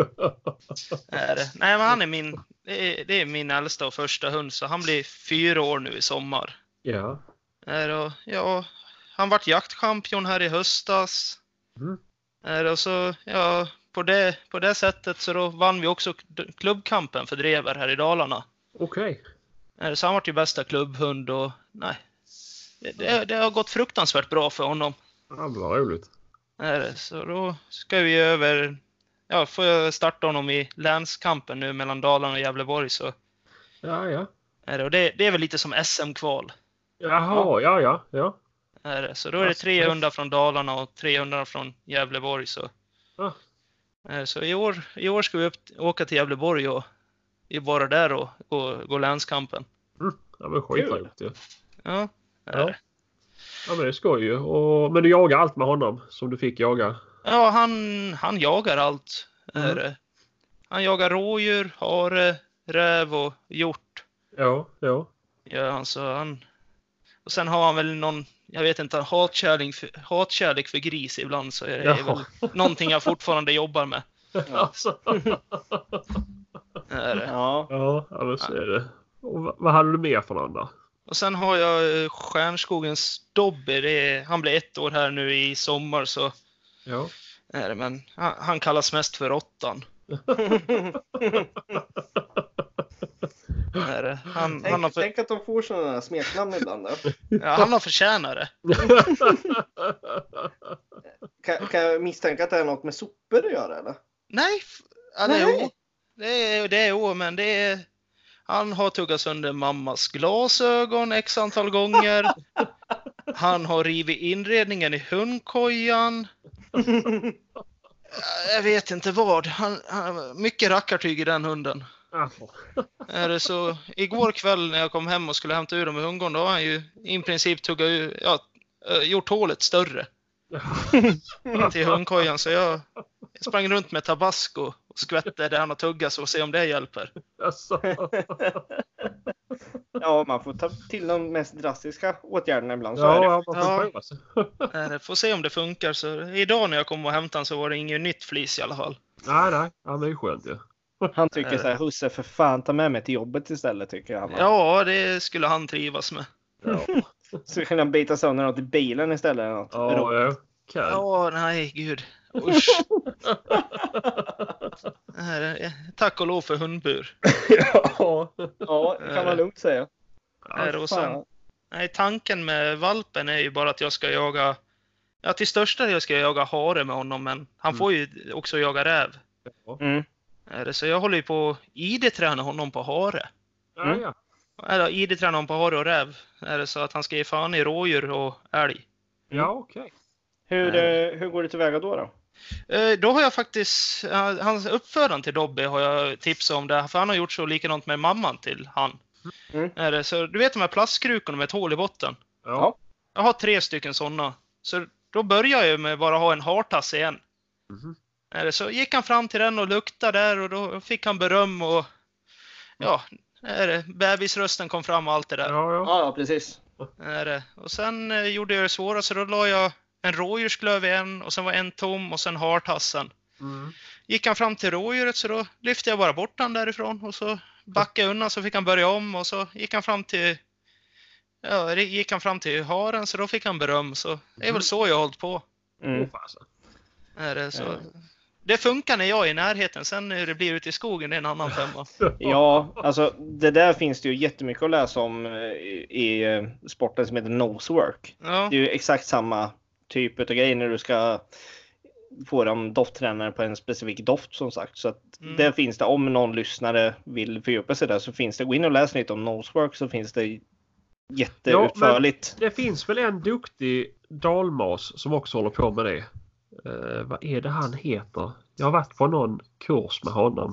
Är det. Nej, men han är min, det är, det är min äldsta och första hund, så han blir fyra år nu i sommar. Ja. Är det, ja, han vart jaktchampion här i höstas. Mm. Är det, och så, ja, på det, på det sättet så då vann vi också klubbkampen för drever här i Dalarna. Okej. Okay. Så han vart ju bästa klubbhund och nej. Det, det, det har gått fruktansvärt bra för honom. Ja, vad roligt. Så då ska vi över, ja, får jag starta honom i länskampen nu mellan Dalarna och Gävleborg. Så. Ja, ja. Och det, det är väl lite som S M-kval. Jaha, ja, ja, ja. Så då är det tre hundar från Dalarna och tre hundar från Gävleborg. Så, ja. Så i år, i år ska vi upp, åka till Gävleborg och vara där och, och gå länskampen. Mm, ja, men skitroligt. Ja. Ja. Ja. Ja, men det är skoj ju. Och, men du jagar allt med honom som du fick jaga? Ja, han, han jagar allt. Mm. Han jagar rådjur, hare, räv och hjort. Ja, ja. Ja, alltså han... Och sen har han väl någon, jag vet inte, hatkärlek för, hatkärlek för gris ibland, så är det är väl någonting jag fortfarande jobbar med. Alltså. Är det. Ja, ja, det ser det. Och vad, vad hade du mer för någon då? Och sen har jag Stjärnskogens Dobby. Det är, han blir ett år här nu i sommar, så Ja. Är det, men han, han kallas mest för Råttan. Är det. Han, Tänk, han, har för, tänk att de får sådana här smeknamn ibland. Då. ja, han har förtjänat det. Kan, kan jag misstänka att det är något med sopor att göra eller? Nej, f- ja, det, Nej. är o, det är det är o, men det är han har tuggat sönder mammas glasögon x antal gånger. Han har rivit inredningen i hundkojan. Jag vet inte vad. Han, han mycket rackartyg i den hunden. Är det så igår kväll när jag kom hem och skulle hämta ur dem i hundgården, då har han ju i princip tuggat ur, ja, gjort hålet större till hundkojan, så jag sprang runt med tabasco och skvätte där han har tuggat så och se om det hjälper. Ja, man får ta till de mest drastiska åtgärderna ibland. Så Ja, är det. man får Ja. prova sig. Är det, får se om det funkar. Så idag när jag kom och hämtade han så var det inget nytt flis i alla fall. Nej, nej. Ja, men det är skönt ju. Han tycker så här, husse för fan ta med mig till jobbet istället tycker jag. Ja, det skulle han trivas med. Ja, Så kan han bita sönder något i bilen istället. Eller något. ja, ja. Kan. Ja, nej, gud. Usch. Är det, tack och lov för hundbur. Ja, ja, det kan man lugnt säga. Är det, och sen, nej, tanken med valpen är ju bara att jag ska jaga, ja, till största del ska jag jaga hare med honom, men han får ju också jaga räv. Mm. Är det, så jag håller ju på att I D-träna honom på hare. Ja, ja. Eller I D-träna honom på hare och räv. Är det så att han ska ge fan i rådjur och älg. Ja, okej. Hur, eh, hur går det tillväga då? då? Eh, Då har jag faktiskt, ja, hans uppfödaren till Dobby har jag tipsat om det. För han har gjort så likadant med mamman till han. Mm. Är det, så du vet de här plastkrukorna med ett hål i botten? Ja. Jag har tre stycken sådana. Så då börjar jag med bara ha en hartass igen. Mhm. Är det, så gick han fram till den och luktade där och då fick han beröm och ja, är det, bebisrösten kom fram och allt det där. Ja, ja. Ja, ja, precis. Är det. Och sen eh, gjorde jag det svåra, så då la jag en rådjursklöv i en och sen var en tom och sen hartassen. Mm. Gick han fram till rådjuret så då lyfte jag bara bort han därifrån och så backade jag undan så fick han börja om och så gick han fram till ja, gick han fram till haren så då fick han beröm, så det är väl så jag har hållit på. Mm. Åh, fasen. Är det, så. Ja. Det funkar när jag är i närheten, sen när det blir ute i skogen det är en annan femma. Ja, alltså det där finns det ju jättemycket att läsa om eh, i, i eh, sporten som heter nosework. Ja, Det är ju exakt samma typ av grej när du ska få dem dofttränare på en specifik doft som sagt. Så att Mm. där finns det, om någon lyssnare vill fördjupa sig där, så finns det, gå in och läs lite om nosework, så finns det jätteutförligt. Det finns väl en duktig dalmas som också håller på med det. Uh, vad är det han heter? Jag har varit på någon kurs med honom.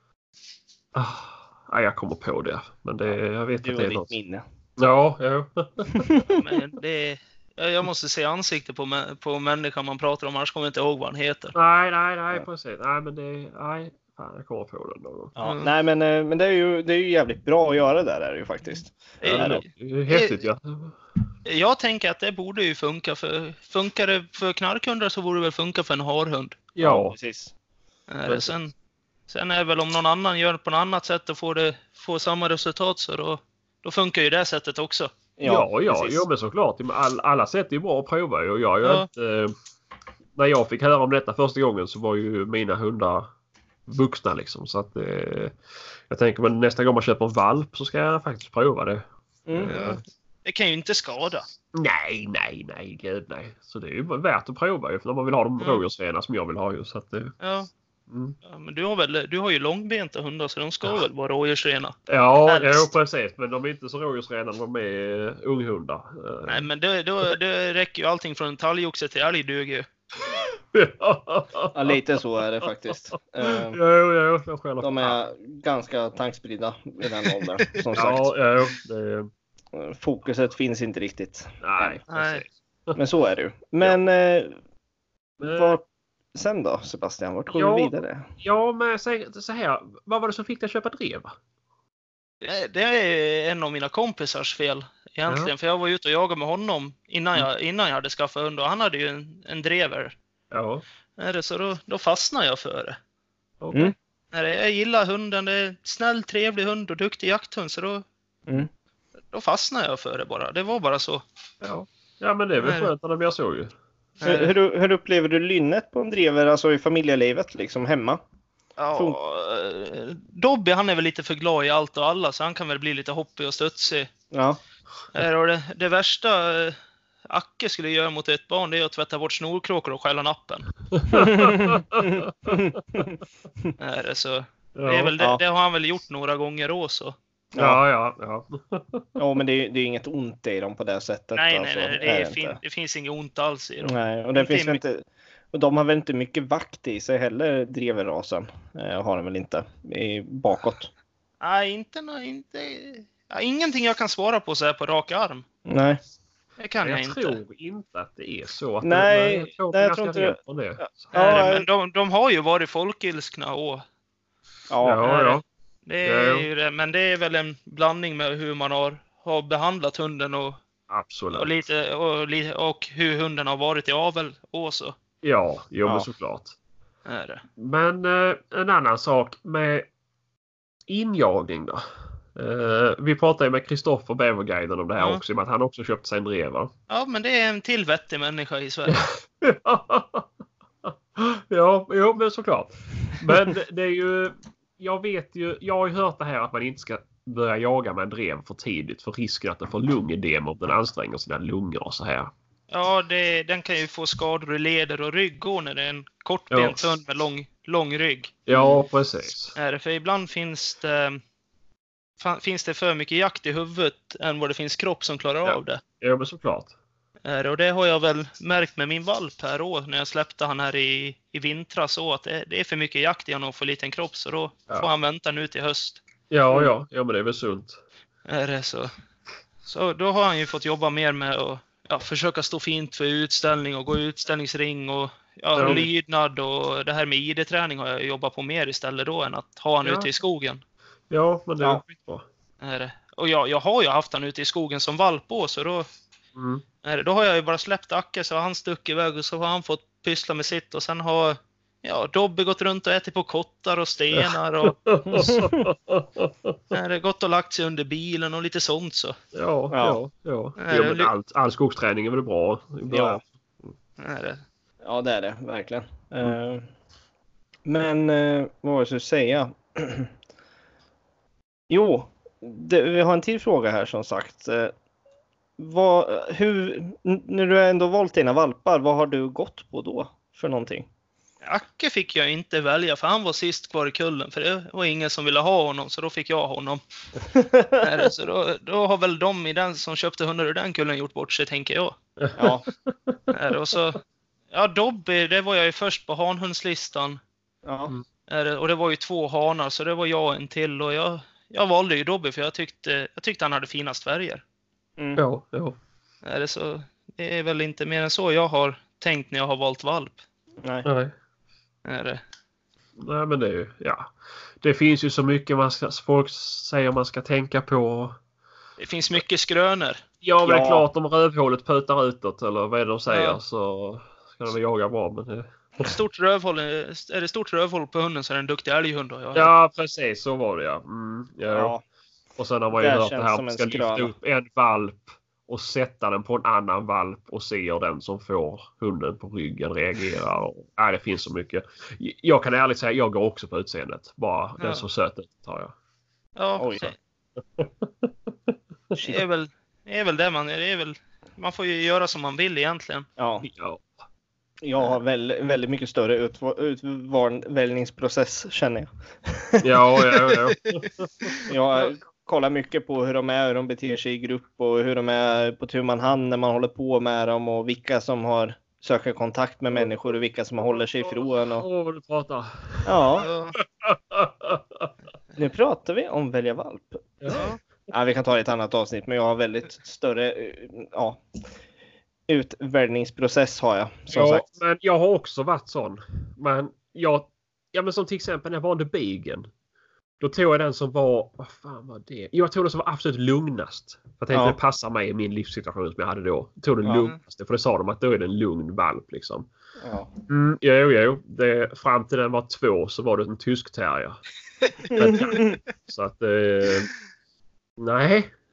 Ah, nej, jag kommer på det. Men det, jag vet Du att och det är ditt något. minne. Ja, ja. men det ja, jag måste se ansiktet på, mä- på människan man pratar om, annars kommer jag inte ihåg vad han heter. nej, nej, nej, precis. Nej, men det... Nej, fan, jag kommer på det någon gång. Ja, Mm. Nej men, eh, men det, är ju, det är ju jävligt bra att göra det där är det ju faktiskt. Ja, Eh, det är ju häftigt, ja. Jag tänker att det borde ju funka, för funkar det för knarkhundar så borde det väl funka för en harhund. Ja, precis. Är det. Precis. Sen, sen är det väl om någon annan gör det på något annat sätt och får, det, får samma resultat, så då, då funkar ju det sättet också. ja, ja, precis. ja men såklart. All, alla sätt är ju bra att prova. Och jag, jag Ja. inte, eh, när jag fick höra om detta första gången så var ju mina hundar vuxna liksom. Så att eh, jag tänker att nästa gång man köper en valp så ska jag faktiskt prova det. Mm. Eh, Det kan ju inte skada. nej, nej, nej, gud nej. Så det är ju värt att prova ju, för när man vill ha de Mm. rådjursrena som jag vill ha ju. Så att, eh, Ja, mm. ja, men du har väl du har ju långbenta hundar, så de ska väl vara rådjursrena. Ja, Helst. ja, precis. Men de är inte så rådjursrena när de är eh, unghundar. Eh, Nej, men det, då, det räcker ju allting från en talgoxe till älg duger ju. Ja, lite så är det faktiskt. Eh, Jo, jo, jag själv. De är ganska tankspridda i den åldern, som sagt. Ja, ja, det, Fokuset finns inte riktigt. nej, Nej. precis. Men så är det ju. Men eh, Men, vad sen då, Sebastian? Vart går Ja. vi vidare? ja, men så, så här. Vad var det som fick dig att köpa drev? Det- Det är en av mina kompisars fel egentligen, Ja. för jag var ute och jagade med honom innan jag, innan jag hade skaffat hund, och han hade ju en, en drever. Ja, Är det, så då, då fastnade jag för det. okej. Mm. Är det. Jag gillar hunden, det är en snäll, trevlig hund och duktig jakthund, så då, Mm. då fastnade jag för det bara. Det var bara så. Ja. ja, men det är väl Nej. skönt när det blir så ju. Hur, hur, hur upplever du lynnet på en drever, alltså i familjelivet, liksom hemma? Ja, Dobby han är väl lite för glad i allt och alla, så han kan väl bli lite hoppig och studsig. Ja. Och det, det värsta eh, Acke skulle göra mot ett barn, det är att tvätta bort snorkråkor och stjäla nappen. är det, så, det, är väl, det, Ja. det har han väl gjort några gånger också. Ja, ja, ja. Ja, men det är, det är inget ont i dem på det sättet. Nej, alltså, nej, nej, det, är är det, fin, inte. det finns inget ont alls i dem. Nej, och det Inte finns väl mycket- inte. Och de har väl inte mycket vakt i sig heller, dreverrasen. Eh, har de väl inte i, bakåt. Nej, inte, nå- inte ja, ingenting jag kan svara på så här på rak arm. Nej. Det kan jag, jag inte. tror inte att det är så. Att Nej, det, jag tror nej, det jag är tror ganska inte- rent från det. Nej, Ja, men de, de har ju varit folkilskna och Ja, Ja, ja. det Ja, är ja. ju det, men det är väl en blandning med hur man har, har behandlat hunden och, Absolut. och, lite, och, li- och hur hunden har varit i avel också. Ja, jo, Ja. men såklart. Är det. Men eh, en annan sak med injagning då. Eh, vi pratade ju med Kristoffer Bäverguiden om det här Ja. också, i och med att han också köpt sig en drever. Ja, men det är en till vettig människa i Sverige. Ja, jo, men såklart. Men det, det är ju, jag vet ju, jag har ju hört det här att man inte ska börja jaga med en drev för tidigt för risken att den får lungedem om den anstränger sina lungor och så här. Ja, det, den kan ju få skador i leder och ryggår när det är en kortbent Ja. hund med lång, lång rygg. Ja, precis. Är det, för ibland finns det, fa- finns det för mycket jakt i huvudet än vad det finns kropp som klarar Ja. av det. Ja, men såklart. Är det. Och det har jag väl märkt med min valp här då, när jag släppte han här i, i vintras, så att det, det är för mycket jakt i honom och för liten kropp, så då Ja. får han vänta nu till höst. Ja, ja, ja, men det är väl sunt. Är det så. Så då har han ju fått jobba mer med att ja, försöka stå fint för utställning och gå utställningsring och ja, Ja. lydnad, och det här med I D-träning har jag jobbat på mer istället då än att ha han Ja. ute i skogen. Ja, men det är Ja. skitbra. Är det. Och jag, jag har ju haft han ute i skogen som valp på, så då, Mm. är det, då har jag ju bara släppt Acke, så har han stuckit iväg och så har han fått pyssla med sitt, och sen har ja, Dobby gått runt och ätit på kottar och stenar och är det gått och lagt sig under bilen och lite sånt så. Ja, ja, ja. Nej, Jo, men det- allt, all skogsträning är väl bra? Ja. Är det. Ja, det är det verkligen. Eh, men eh, vad var det jag skulle säga? Jo, det, vi har en till fråga här som sagt. Eh, vad, hur, n- när du ändå valt dina valpar, vad har du gått på då för någonting? Acke fick jag inte välja, för han var sist kvar i kullen, för det var ingen som ville ha honom, så då fick jag honom. Är det, så då, då har väl de i den som köpte hundar ur den kullen gjort bort sig, tänker jag. Ja, Är det, och så, ja, Dobby, det var jag ju först på hanhundslistan. ja. Mm. Är det, och det var ju två hanar, så det var jag och en till, och jag, jag valde ju Dobby för jag tyckte, jag tyckte han hade finast färger. Mm. Ja, ja. Är det, så det är väl inte mer än så jag har tänkt när jag har valt valp. Nej. Nej. Är det. Nej, men det är ju, ja. Det finns ju så mycket man ska, folk säger man ska tänka på. Det finns mycket skrönor. Ja, men det Ja. är klart om rövhålet putar utåt eller vad är det de säger Ja. så ska de väl jaga bra. Men det... Stort rövhål, är det stort rövhål på hunden så är det en duktig älghund. Då. Jag, Ja, precis. Så var det ja. Mm, ja. Ja. Och sen har man ju Det hört det känns här att som man en ska lyfta skröna. upp en valp och sätta den på en annan valp och se hur den som får hunden på ryggen reagerar. Och, nej, det finns så mycket. Jag kan ärligt säga jag går också på utseendet. Bara Ja. den så söt ut tar jag. ja, Oj. det, det är väl det är väl det man det är väl man får ju göra som man vill egentligen. Ja. Ja. Jag har väl, väldigt mycket större utva- utvalningsprocess känner jag. Ja, ja, ja. Jag kollar mycket på hur de är, hur de beter sig i grupp och hur de är på tu man hand när man håller på med dem och vilka som har söker kontakt med människor och vilka som håller sig ifrån. Och, Åh, vad du pratar. ja, Ja, nu pratar vi om välja valp. Ja. Ja, vi kan ta ett annat avsnitt, men jag har väldigt större eh, ja, utväljningsprocess har jag som Ja, sagt. men jag har också varit sån. Men jag, ja men som till exempel när jag valde Bigen. Då tog jag den som var, vad fan var det? Jag tog den som var absolut lugnast. För jag tänkte Ja. det passar mig i min livssituation som jag hade då. Jag tog den Ja. lugnaste, för det sa de att då är det en lugn valp liksom. Ja. Mm, jo, jo. Det, fram till den var två så var det en tysk terrier. Så att, eh, nej.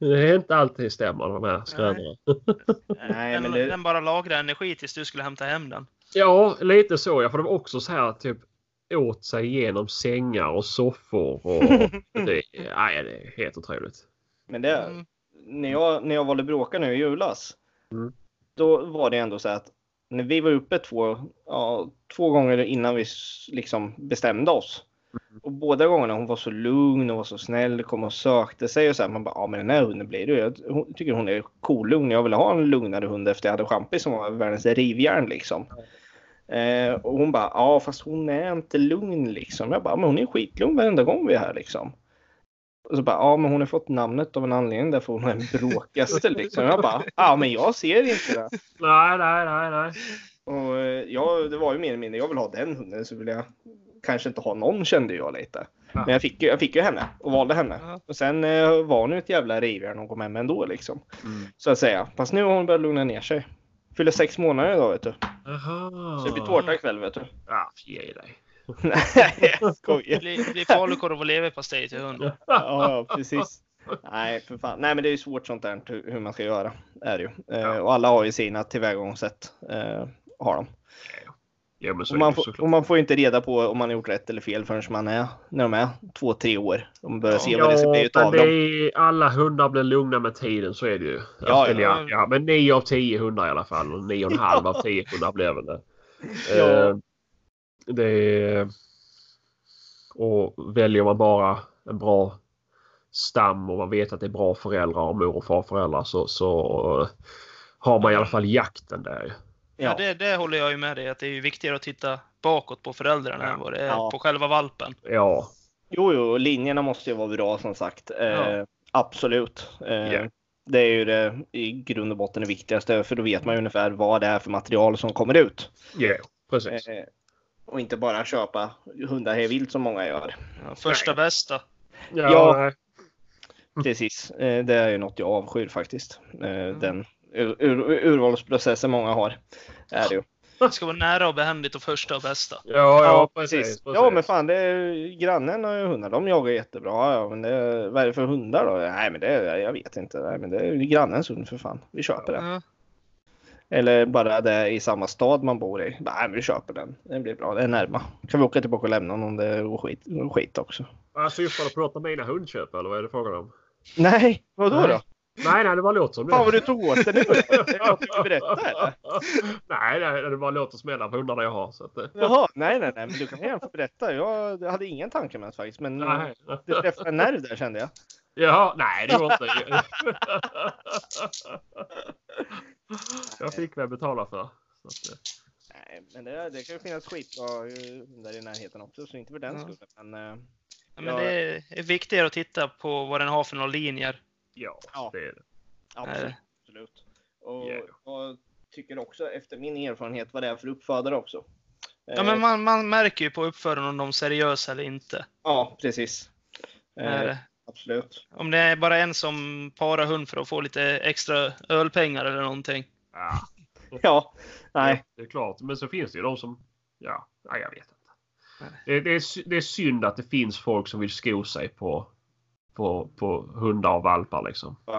Det är inte alltid stämmer de här skrönorna. Nej, men Den, det, den bara lagrar energi tills du skulle hämta hem den. Ja, lite så. Jag får de också så här typ åt sig igenom sängar och soffor. Och det, nej, det är helt otroligt. men det, Mm. när, jag, när jag valde bråka nu i julas, Mm. då var det ändå så att när vi var uppe två, ja, två gånger innan vi s- liksom bestämde oss. Och båda gångerna hon var så lugn och var så snäll, kom och sökte sig och så här, man bara, ja men den här hunden blir det. Jag hon, tycker hon är cool lugn. Jag ville ha en lugnare hund efter jag hade Champis som var världens rivjärn liksom. Eh, och hon bara, ja fast hon är inte lugn liksom. Jag bara, men hon är skitlugn varenda gång vi är här liksom. Och så bara, ja men hon har fått namnet av en anledning därför hon är den bråkigaste liksom. Jag bara, ja men jag ser inte det. Nej, nej, nej, nej. Och eh, ja, det var ju mer eller mindre, jag vill ha den hunden så vill jag kanske inte ha någon, kände jag lite. Ja. Men jag fick, ju- jag fick ju henne och valde henne. Ja. Och sen eh, var hon ju ett jävla rivjärn och kom hem ändå liksom. Mm. Så att säga. Fast nu har hon börjat lugna ner sig. Fyller sex månader idag vet du. Aha. Så det blir tårta ikväll vet du. Ja, ge dig. Nej, jag skojar. Det blir, det blir falukorv och leverpastej till hund. Ja, ja, precis. Nej, för fan. Nej, men det är ju svårt sånt där hur hur man ska göra. Är det ju. Eh, Ja. Och alla har ju sina tillvägagångssätt. Eh, har de. Ja, men så Och är man, det får, såklart. och man får ju inte reda på om man har gjort rätt eller fel förrän man är, när de är två, tre år. De börjar se vad det ska bli Ja, utav men det dem. är, alla hundar blir lugna med tiden, så är det ju. Ja, Eller ja. ja, ja, men nio av tio hundar i alla fall. Och nio och en halv av tio hundar blir väl det. Ja. Eh, det är, och väljer man bara en bra stam och man vet att det är bra föräldrar och mor och farföräldrar så, så eh, har man i alla fall jakten där. Ja, Ja. det, det håller jag ju med dig att det är ju viktigare att titta bakåt på föräldrarna Ja. än vad det är Ja. på själva valpen. Ja, Jo, jo, linjerna måste ju vara bra som sagt. Eh, Ja. Absolut. Eh, Ja. Det är ju det i grund och botten det viktigaste. För då vet man ju ungefär vad det är för material som kommer ut. ja, precis. Eh, och inte bara köpa hundar hej vilt som många gör. Ja, första Nej. bästa. Ja, ja. nej. Precis. Eh, det är ju något jag avskyr faktiskt. Eh, den ur, ur, urvalsprocessen många har. Är det ju. Det ska vara nära och behändigt och första och bästa. Ja, ja, precis, precis. Ja, men fan, det är, grannen har ju hundar. De jagar jättebra. Ja, men det, vad är det för hundar då? Nej, men det, jag vet inte. Nej, men det är ju grannens hund för fan. Vi köper den. Ja. Eller bara det i samma stad man bor i. Nej, men vi köper den. Den blir bra. Det är närma. Kan vi åka tillbaka och lämna någon? Det är skit, skit också. Jag syftar du på att mina hundköp eller vad är det frågan om? Nej, vadå Nej. då? Nej, nej, det bara låter som det. Fan vad du tog åt det nu. Det är något du vill berätta eller? Nej, nej, det bara låter smälla på hundarna jag har. Så att, Jaha, nej, nej, nej. Men du kan gärna få berätta. Jag hade ingen tanke med det faktiskt. Men nej. det träffade en nerv där kände jag. Ja, nej, det går inte. Jag fick väl betala för. Så att, Nej, men det, det kan ju finnas skitbra hundar i närheten också. Så inte för den Ja. skull. Men, eh, Ja, men Ja. det är viktigare att titta på vad den har för några linjer. ja, Ja. det är det. absolut. Nej. absolut. Och Ja. jag tycker också efter min erfarenhet vad det är för uppfödare också. Ja, Eh, men man, man märker ju på uppfödaren om de är seriösa eller inte. Ja, precis. Eh, Eh, absolut. Om det är bara en som parar hund för att få lite extra ölpengar eller någonting. Ja, Ja, nej. det är klart. Men så finns det ju de som... Ja, nej, jag vet inte. Nej. Det, det, är, sy- det är synd att det finns folk som vill sko sig på, på, på hundar och valpar liksom. Ja.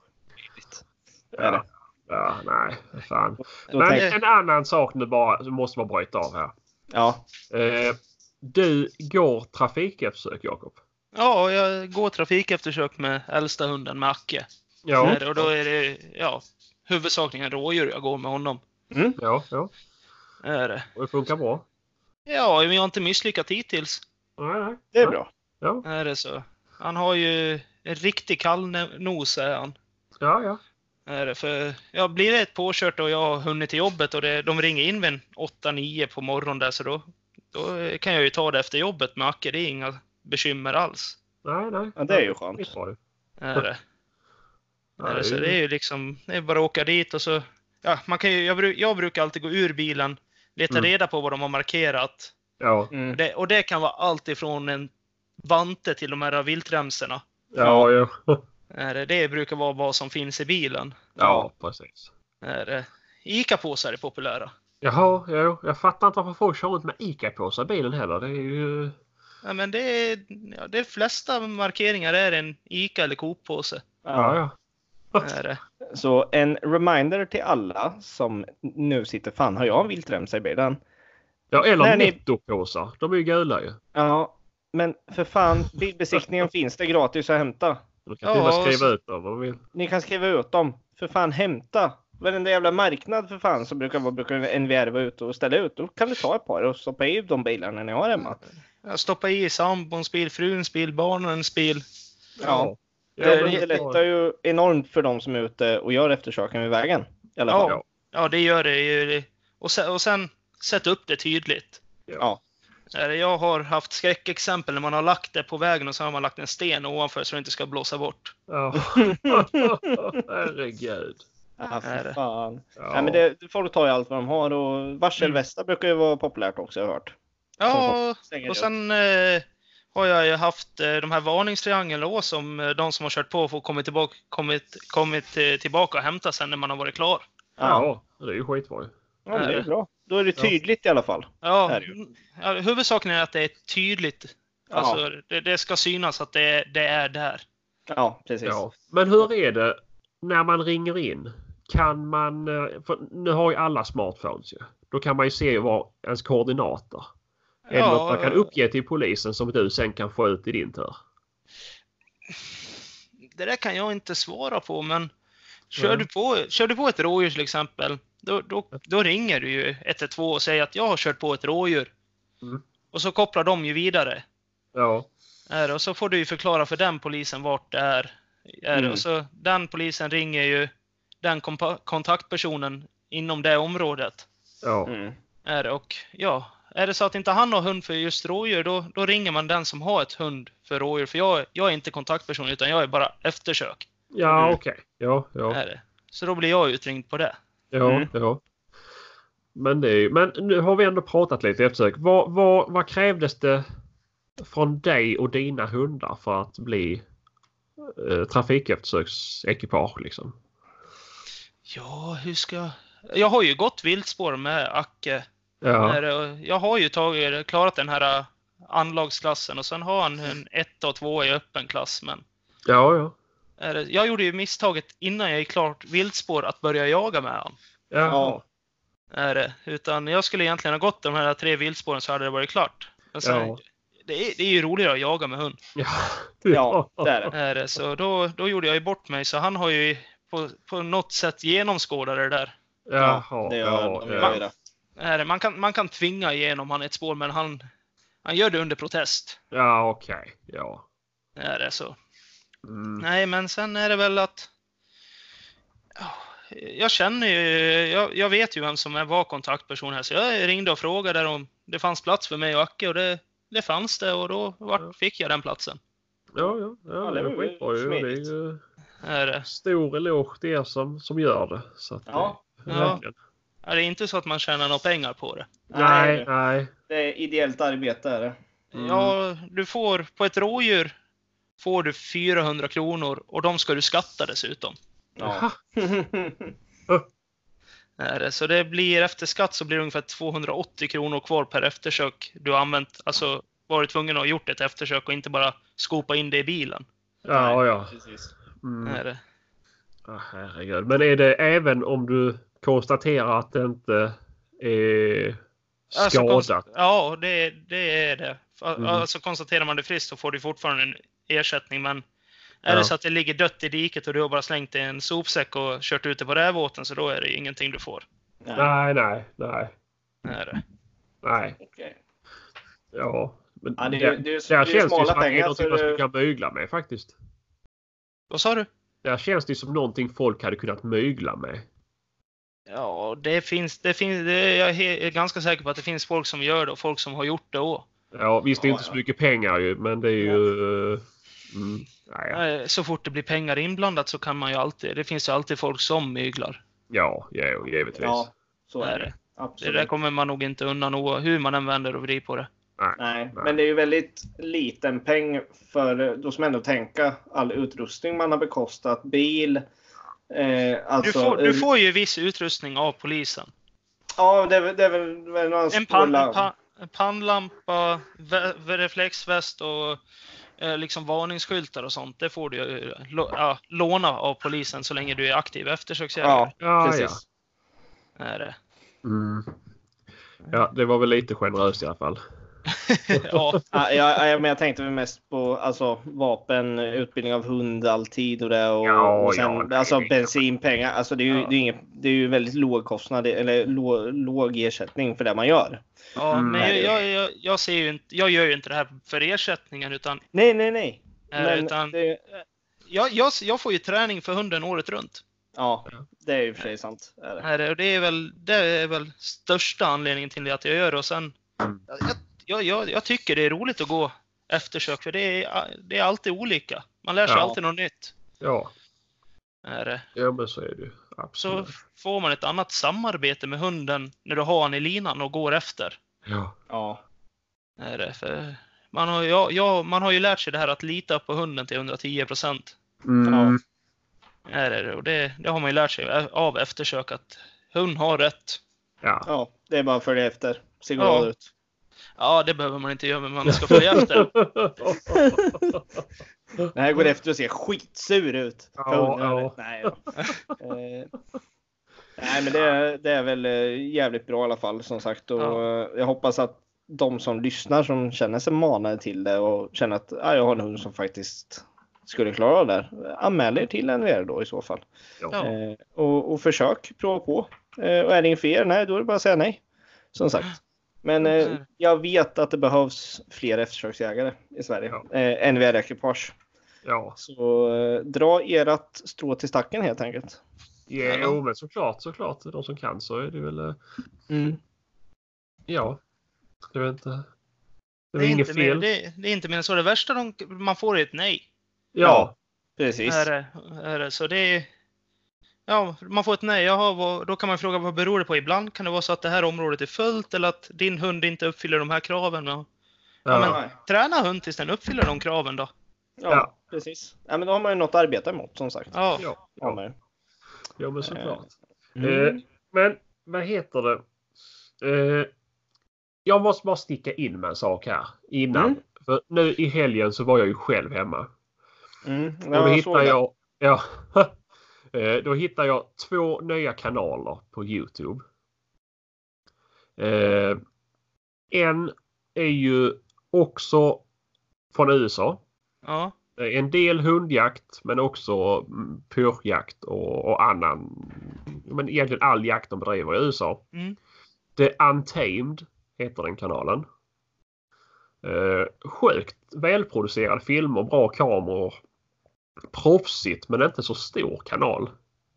Är det. Ja, nej, fan. Då Men tänk- en annan sak nu bara, som måste man bryta av här. Ja, Eh, du går trafikeftersök, Jakob. Ja, jag går trafikeftersök med äldsta hunden med Acke. Ja, Och då är det ja, huvudsakligen rådjur jag går med honom. ja, ja. Är det. Och det funkar bra. Ja, men jag har inte misslyckats hittills. Nej, nej. det är nej. bra. Ja, Är det så. Han har ju en riktig kallnos är han. ja, ja. Är det. För, ja, blir det ett påkört och jag har hunnit till jobbet och det, de ringer in vid åtta nio på morgonen där så då, då kan jag ju ta det efter jobbet med Acke. Det är inga bekymmer alls. Nej, nej. Ja, det är ju skönt. Visst var det. Är det. Ja, Är det. Så det är- det är ju liksom, det är bara att åka dit och så, ja, man kan ju, jag, bru- jag brukar alltid gå ur bilen, leta Mm. reda på vad de har markerat. Ja, Mm. Det, och det kan vara allt ifrån en vante till de här viltremsorna. ja, ja. Är det. Det brukar vara vad som finns i bilen. Ja, precis. Är det. Ica-påsar är populära. Jaha, ja, jag fattar inte varför folk kör runt med Ica-påsar i bilen heller. Det är ju... Ja, men det är, ja, de flesta markeringar är en Ica eller Coop-påse. Ja, ja. Är det. Så en reminder till alla som nu sitter, fan har jag en viltremsa i bilen? Ja, eller När ni- nettopåsar. De är ju gula ju. Ja, men för fan, bilbesiktningen finns det gratis att hämta. De kan till och med Ja, skriva så- ut dem om de vill. Ni kan skriva ut dem. För fan, hämta. Varenda jävla marknad för fan som brukar vara brukar N V R vara ute och ställa ut. Då kan du ta ett par och stoppa i de bilarna ni har hemma. Jag stoppar i sambons bil, fruns bil, barnens bil. Ja. Ja, Det men- underlättar ju enormt för de som är ute och gör eftersöken vid vägen. I alla fall. Ja, ja, det gör det ju. Och sen, och sen sätta upp det tydligt. Ja. Är det- Jag har haft skräckexempel när man har lagt det på vägen och så har man lagt en sten ovanför så det inte ska blåsa bort. Ja. Herregud. Ja, Är för det. fan. Ja. Nej, men det, folk tar ju allt vad de har och varselvästar brukar ju vara populärt också, jag har hört. Ja, Stänger och ut. sen eh, har jag ju haft eh, de här varningstriangeln då, som eh, de som har kört på får kommit tillbaka, kommit, kommit eh, tillbaka och hämta sen när man har varit klar. Ja, det är ju skitbra ju. Ja, men det är bra. Då är det tydligt i alla fall. Ja, Är det ju. ja, huvudsaken är att det är tydligt. Ja. Alltså, det, det ska synas att det, det är där. Ja, precis. Ja. Men hur är det när man ringer in? Kan man, eh, för nu har ju alla smartphones ju. Då kan man ju se vad ens koordinater. Är det Ja, något man kan uppge till polisen som du sen kan få ut i din tur? Det där kan jag inte svara på, men kör, Nej. du, på, kör du på ett rådjur till exempel, då, då, då ringer du ju ett ett två och säger att jag har kört på ett rådjur. Mm. Och så kopplar de ju vidare. Ja. Är det, och så får du ju förklara för den polisen vart det är. är det, Mm. och så den polisen ringer ju den kompa- kontaktpersonen inom det området. Ja. Mm. Är det, och ja, är det så att inte han har hund för just rådjur, då, då ringer man den som har ett hund för rådjur. För jag, jag är inte kontaktperson utan jag är bara eftersök. Ja, Mm. okej. Ja, ja. Är det. Så då blir jag utringd på det. Ja, Mm. ja. Men, det är, ju- men nu har vi ändå pratat lite eftersök. Vad, vad, vad krävdes det från dig och dina hundar för att bli eh, trafikeftersöksekipage liksom? Ja, hur ska jag... Jag har ju gått viltspår med Acke. Ja, Är det, och jag har ju tagit, klarat den här anlagsklassen och sen har han en ett och två i öppen klass. Men ja, ja. är det, jag gjorde ju misstaget innan jag gick klart viltspår att börja jaga med han. Jaha. Är det. Utan jag skulle egentligen ha gått de här tre viltspåren så hade det varit klart. Men sen, Ja. det, är, det är ju roligare att jaga med hund. Ja, Ja, det är det. Är det. Så då, då gjorde jag ju bort mig. Så han har ju på, på något sätt genomskådat det där. Jaha, det gör, ja, de ja. gör ju det. Är det. Man, kan, man kan tvinga igenom han ett spår, men han, han gör det under protest. Ja, okej. Ja. Är det så. Mm. Nej, men sen är det väl att... Ja, jag känner ju... Jag, jag vet ju vem som är, var kontaktperson här. Så jag ringde och frågade om det fanns plats för mig och Acke. Och det, det fanns det. Och då vart, fick jag den platsen. Ja, ja, ja, Ja, det det är var ju skitbra ju. Det är smidigt. ju Är det. stor eloge till er som, som gör det. Så att, Ja. det- Ja. verkligen. Är det inte så att man tjänar några pengar på det? Nej, nej. Det är ideellt arbete är det. Mm. Ja, du får... På ett rådjur får du fyrahundra kronor. Och de ska du skatta dessutom. Ja. Är det. Så det blir efter skatt så blir det ungefär tvåhundraåttio kronor kvar per eftersök du har använt. Alltså varit tvungen att ha gjort ett eftersök och inte bara skopa in det i bilen. Ja, ja. Precis. Mm. Är det. Ah, herregud. Men är det även om du konstaterar att det inte är Alltså, konst- skadat? ja, det, det är det. Mm. Alltså konstaterar man det friskt så får du fortfarande en ersättning. Men är Ja. det så att det ligger dött i diket och du har bara slängt i en sopsäck och kört ut det på rävåten, så då är det ingenting du får. Ja. Nej, nej, nej. Är det. Nej. Okej. Ja. Men Ja, det är där, ju- det är ju- där det är ju känns det smala ju som att det är pengar, någonting så man skulle det- kunna mygla med faktiskt. Vad sa du? Där känns det som någonting folk hade kunnat mygla med. Ja, det finns, det finns, det, jag är he- ganska säker på att det finns folk som gör det och folk som har gjort det också. Ja, visst det är Ja, inte så ja. mycket pengar ju, men det är ju... eh, Mm, nej, Eh, Så fort det blir pengar inblandat så kan man ju alltid, det finns ju alltid folk som myglar. ja, ja, givetvis. Ja, så är Är det. det. Det Absolut. där kommer man nog inte undan o- hur man än vänder och vrider på det. Nej, Nej, nej. men det är ju väldigt liten peng för då ska man ändå tänka all utrustning man har bekostat, bil. Eh, Du alltså, får, du eh, får ju viss utrustning av polisen. Ja, det är, väl- det är väl väl några En, pan, spårla- en, pa, en pannlampa, vä, reflexväst och eh, liksom varningsskyltar och sånt, det får du ju lo- ja, låna av polisen så länge du är aktiv eftersöksjägare. Ja, Ja, precis. Är det. Mm. Ja, det var väl lite generöst i alla fall. Ja, Ja, jag, jag, men jag tänkte väl mest på alltså, vapen, utbildning av hund alltid och det och, Ja, och sen ja, nej, alltså det är bensinpengar. Alltså det är ju, Ja. det är inget, det är ju väldigt låg kostnad eller låg, låg ersättning för det man gör. ja Mm. men jag, jag, jag, jag ser ju inte, jag gör ju inte det här för ersättningen utan, Nej, nej, nej. eh, Men utan det, jag, jag, jag får ju träning för hunden året runt. ja, det är ju för sig sant. Är det. Är det, och det är väl, det är väl största anledningen till att jag gör det. Och sen, Mm. jag, jag, jag, jag tycker det är roligt att gå eftersök för det är, det är alltid olika. Man lär sig Ja. alltid något nytt. Ja, Är det. ja men så är det ju. Så Absolut. får man ett annat samarbete med hunden när du har han i linan och går efter. Ja. Ja, Är det. För man, har, ja, ja, man har ju lärt sig det här att lita på hunden till hundratio procent. Mm. Är det. Och det, det har man ju lärt sig av eftersök att hund har rätt. Ja. ja, det är bara att följa efter. Ser Ja. glad ut. Ja, det behöver man inte göra, men man ska följa efter. Det här går efter och ser skitsur ut. Ja, För hunden, ja. eller? Nej, då. eh, nej, men det, är- det är väl eh, jävligt bra i alla fall som sagt. Och Ja. eh, jag hoppas att de som lyssnar som känner sig manade till det och känner att ah, jag har en hund som faktiskt skulle klara av det där. Anmäl er till N V R då i så fall. Ja. Eh, och, och försök prova på. Eh, och är det inget för er, nej, då är det bara att säga nej. Som sagt. Men eh, jag vet att det behövs fler eftersöksjägare i Sverige. Ja. Eh, N V R-ekipage. Ja. Så eh, dra ert strå till stacken helt enkelt. Ja, jo, men såklart, såklart. De som kan så är det väl... eh, Mm. Ja. Jag vet inte. Det Det är är, inget inte mer, fel. det, det är inte mer än så. Det värsta de, man får är ett nej. Ja. Precis. Är det, är det. Så det är... Ja, man får ett nej. Jaha, vad, då kan man fråga vad beror det på. Ibland kan det vara så att det här området är fullt eller att din hund inte uppfyller de här kraven. Ja, Ja. men Nej. träna hund tills den uppfyller de kraven då. Ja, Ja. precis. Ja, men då har man ju något att arbeta emot som sagt. Ja, Ja. Ja, men. Ja, men såklart. Mm. Eh, men vad heter det? Eh, jag måste bara sticka in med en sak här innan. Mm. För nu i helgen så var jag ju själv hemma. Mm. Och Ja, då jag såg hittar det. jag, ja, Eh, då hittar jag två nya kanaler på YouTube. Eh, en är ju också från U S A. ja, En del hundjakt men också mm, pyrjakt och, och annan, men egentligen all jakt de bedriver i U S A. mm. The Untamed heter den kanalen. Eh, sjukt välproducerade filmer, bra kameror. Proffsigt men inte så stor kanal.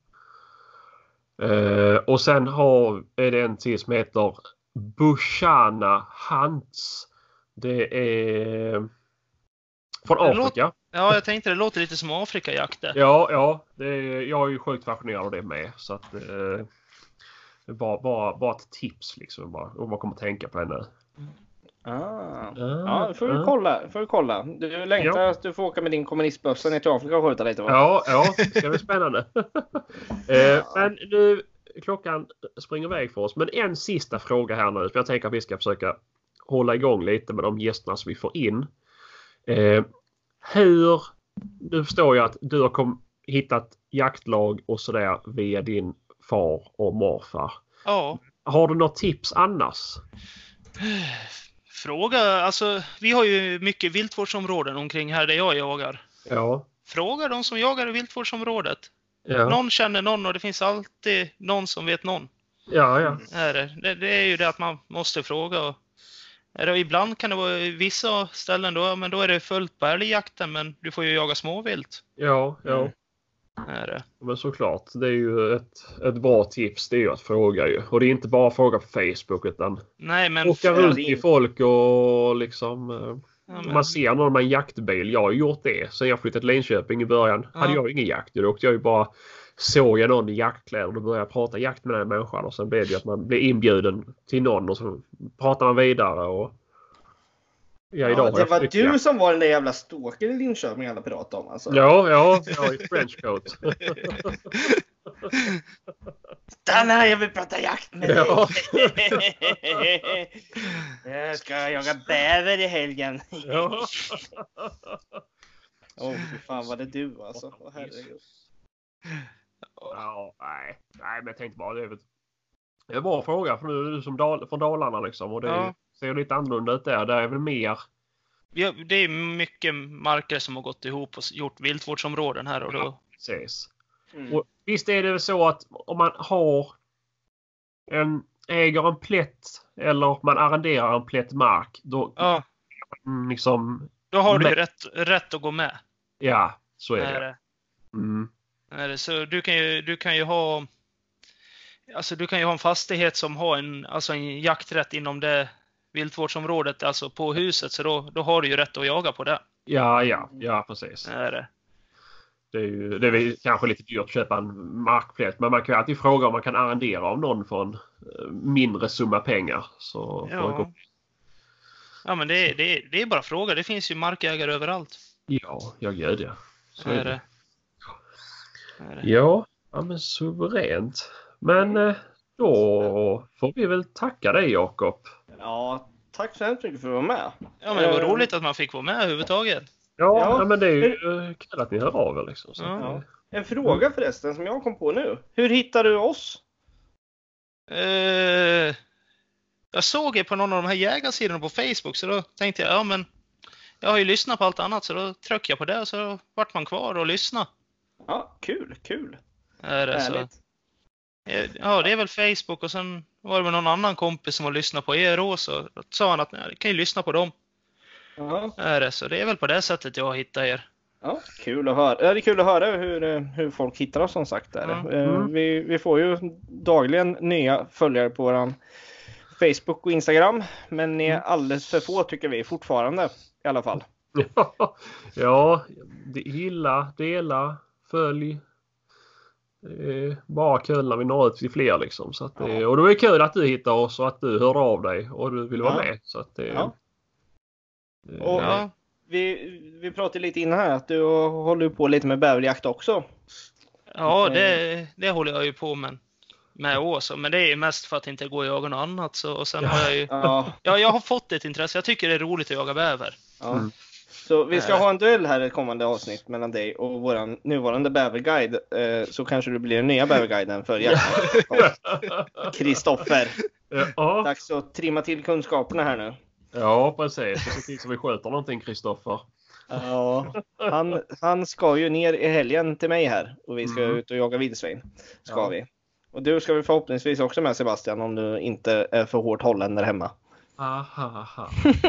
Eh, och sen har är det en till som heter Bushana Hunts. Det är från Det låter- Afrika. ja, jag tänkte det låter lite som Afrikajakter. Ja, ja. Det är, jag är ju sjukt fascinerad av det med. Så att eh, det bara, bara, bara ett tips liksom. Bara, och vad kommer att tänka på henne. Ah. Ja, då får vi ja. kolla. Får vi kolla. Du längtar Ja. att du får åka med din kommunistbössa ner till Afrika och skjuta lite, va? Ja, ja, det ska bli spännande. eh, men nu, klockan springer iväg för oss. Men en sista fråga här nu. För jag tänker att vi ska försöka hålla igång lite med de gästerna som vi får in. Eh, hur, nu förstår jag att du har kom, hittat jaktlag och sådär via din far och morfar. Ja. Har du något tips annars? Fråga, alltså vi har ju mycket viltvårdsområden omkring här där jag jagar. Ja. Fråga de som jagar i viltvårdsområdet. Ja, Någon känner någon och det finns alltid någon som vet någon. ja. ja. Är det. Det, det är ju det att man måste fråga. Och, är det, ibland kan det vara i vissa ställen då, men då är det fullt på älgjakten, men du får ju jaga småvilt. Ja, ja. Mm. Är det. Men såklart, det är ju ett, ett bra tips, det är ju att fråga ju. Och det är inte bara att fråga på Facebook utan Nej, men... åka för- runt till folk och liksom... eh, Ja, men, Man ser någon med en jaktbil. Jag har ju gjort det. Sen jag flyttade till Linköping i början Ja. hade jag ingen jakt. Då åkte jag ju bara... Såg jag någon i jaktkläder och då började jag prata jakt med den här människan. Och sen blev det ju att man blev inbjuden till någon och så pratar man vidare och... Ja, idag Ja, har det jag var flytt du jakt. som var den där jävla stalkern i Linköping alla pratade om alltså. Ja, ja. Jag har ju trenchcoat. Stanna, jag vill prata jakt med dig. Ja. Jag ska jaga bäver i helgen. Ja. Åh, fy fan, vad det du alltså. Åh, herregud. Ja, nej. Nej, men jag tänkte bara det är väl- det är en bra fråga för nu är du som Dal, från Dalarna liksom och det är, Ja. ser lite annorlunda ut där. Där är väl mer. Vi har, det är mycket marker som har gått ihop och gjort viltvårdsområden här och då. Precis. Mm. Och visst är det väl så att om man har en äger en plätt eller man arrenderar en plätt mark då Ja, mm, liksom då har du ju Men- rätt, rätt att gå med. ja, så är Är det. det. Mm. Är det. Så du kan ju, du kan ju ha alltså du kan ju ha en fastighet som har en, alltså en jakträtt inom det viltvårdsområdet, alltså på huset, så då, då har du ju rätt att jaga på det. Ja, ja, ja, precis. Är det. Det är ju det är väl kanske lite dyrt att köpa en markplätt men man kan ju alltid fråga om man kan arrendera av någon för en eh, mindre summa pengar. Så får det Ja. gå. Ja, men det är, det, är, det är bara fråga. Det finns ju markägare överallt. Ja, jag gör det. Så är Är det. det. Är det. Ja, ja, men suveränt. Men eh, då får vi väl tacka dig Jakob. Ja, tack så hemskt mycket för att vara med. Ja, men det var Eh, roligt att man fick vara med överhuvudtaget. Ja, Ja. ja men det är ju eh, kul att ni hör av er liksom. Så Ja. att, eh, Ja. En fråga förresten som jag kom på nu. Hur hittar du oss? Eh, jag såg er på någon av de här jägarsidorna på Facebook, så då tänkte jag, ja men jag har ju lyssnat på allt annat, så då tryckte jag på det och så vart man kvar och lyssna. Ja, kul, kul. Är det, så. Härligt. Eh, Ja, det är väl Facebook och sen var det väl någon annan kompis som har lyssnat på er och så sa han att ni kan ju lyssna på dem. Ja, Är det, så det är väl på det sättet jag hittar er. ja, kul att höra. Ja, det är kul att höra hur, eh, hur folk hittar oss som sagt. Där. Ja. Eh, Mm. Vi, vi får ju dagligen nya följare på våran Facebook och Instagram. Men ni är alldeles för få tycker vi fortfarande i alla fall. ja, det- gilla, dela, följ. Det är bara kul när vi når ut till fler liksom. Så att det, Ja. och det är kul att du hittar oss och att du hör av dig och du vill vara Ja. med. Så att det, Ja. det, Och- Ja, Vi, vi pratade lite innan här att du håller på lite med bäverjakt också. ja det, det håller jag ju på med. Med också, men det är ju mest för att inte gå och jaga något annat. Så, och sen har jag ju, Ja, ja, jag har fått ett intresse. Jag tycker det är roligt att jaga bäver. ja. Mm. Så vi ska Eh. ha en duell här i ett kommande avsnitt mellan dig och våran nuvarande bäverguide. Eh, så kanske du blir den nya bäverguiden för jakten. Kristoffer, ja, dags att trimma till kunskaperna här nu. ja, precis. Det är precis som vi sköter någonting, Kristoffer. Ja, han, han ska ju ner i helgen till mig här och vi ska Mm. ut och jaga vildsvin. Ska Ja. vi. Och du ska vi förhoppningsvis också med Sebastian om du inte är för hårt hållen där hemma. Aha, aha.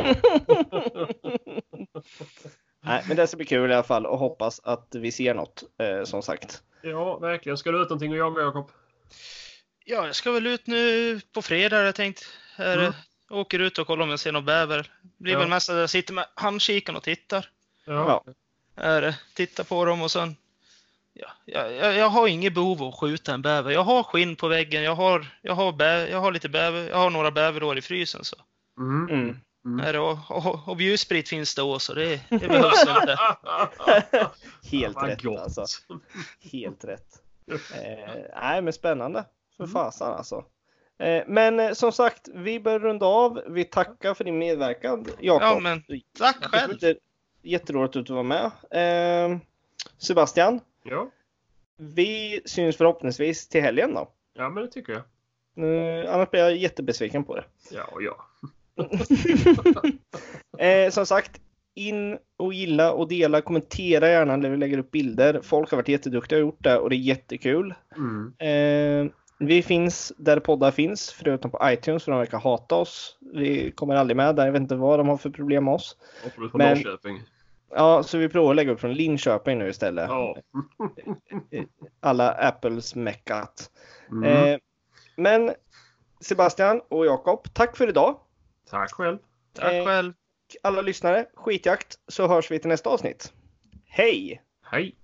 Nej, men det ska bli kul i alla fall och hoppas att vi ser något eh, som sagt. Ja, verkligen. Ska du ut någonting och jaga, Jakob? Ja, jag ska väl ut nu på fredag har jag tänkt. Här, Mm. åker ut och kollar om jag ser någon bäver. Det blir Ja. väl mest att jag sitter med handkikan och tittar. Ja. Ja. Här, tittar på dem och sen... Ja, jag, jag, jag har inget behov av att skjuta en bäver. Jag har skinn på väggen. Jag har, jag har, bä, jag har lite bäver. Jag har några bäverår i frysen. Så. Mm. Mm. Mm. Här, och, och, och bjursprit finns det också. Det, det behövs inte. Helt Vad rätt gott. alltså. Helt rätt. Eh, nej, men spännande. För Mm. fasan alltså. Eh, men eh, som sagt, vi börjar runda av. Vi tackar för din medverkan, Jakob. Ja, men tack själv. Det är jätteroligt att du var med. Eh, Sebastian, Ja. vi syns förhoppningsvis till helgen då. Ja, men det tycker jag. Eh, annars blir jag jättebesviken på det. Ja, och ja. eh, som sagt, in och gilla och dela, kommentera gärna när vi lägger upp bilder. Folk har varit jätteduktiga och gjort det och det är jättekul. Mm. Eh, vi finns där poddar finns, förutom på iTunes för de verkar hata oss. Vi kommer aldrig med där, jag vet inte vad de har för problem med oss. Och på Men- Norrköping. Ja, så vi provar att lägga upp från Linköping nu istället. Ja. Alla Apples meckat. Mm. Eh, men Sebastian och Jakob, tack för idag. Tack själv. Tack Eh, själv. Alla lyssnare, skitjakt, så hörs vi till nästa avsnitt. Hej! Hej.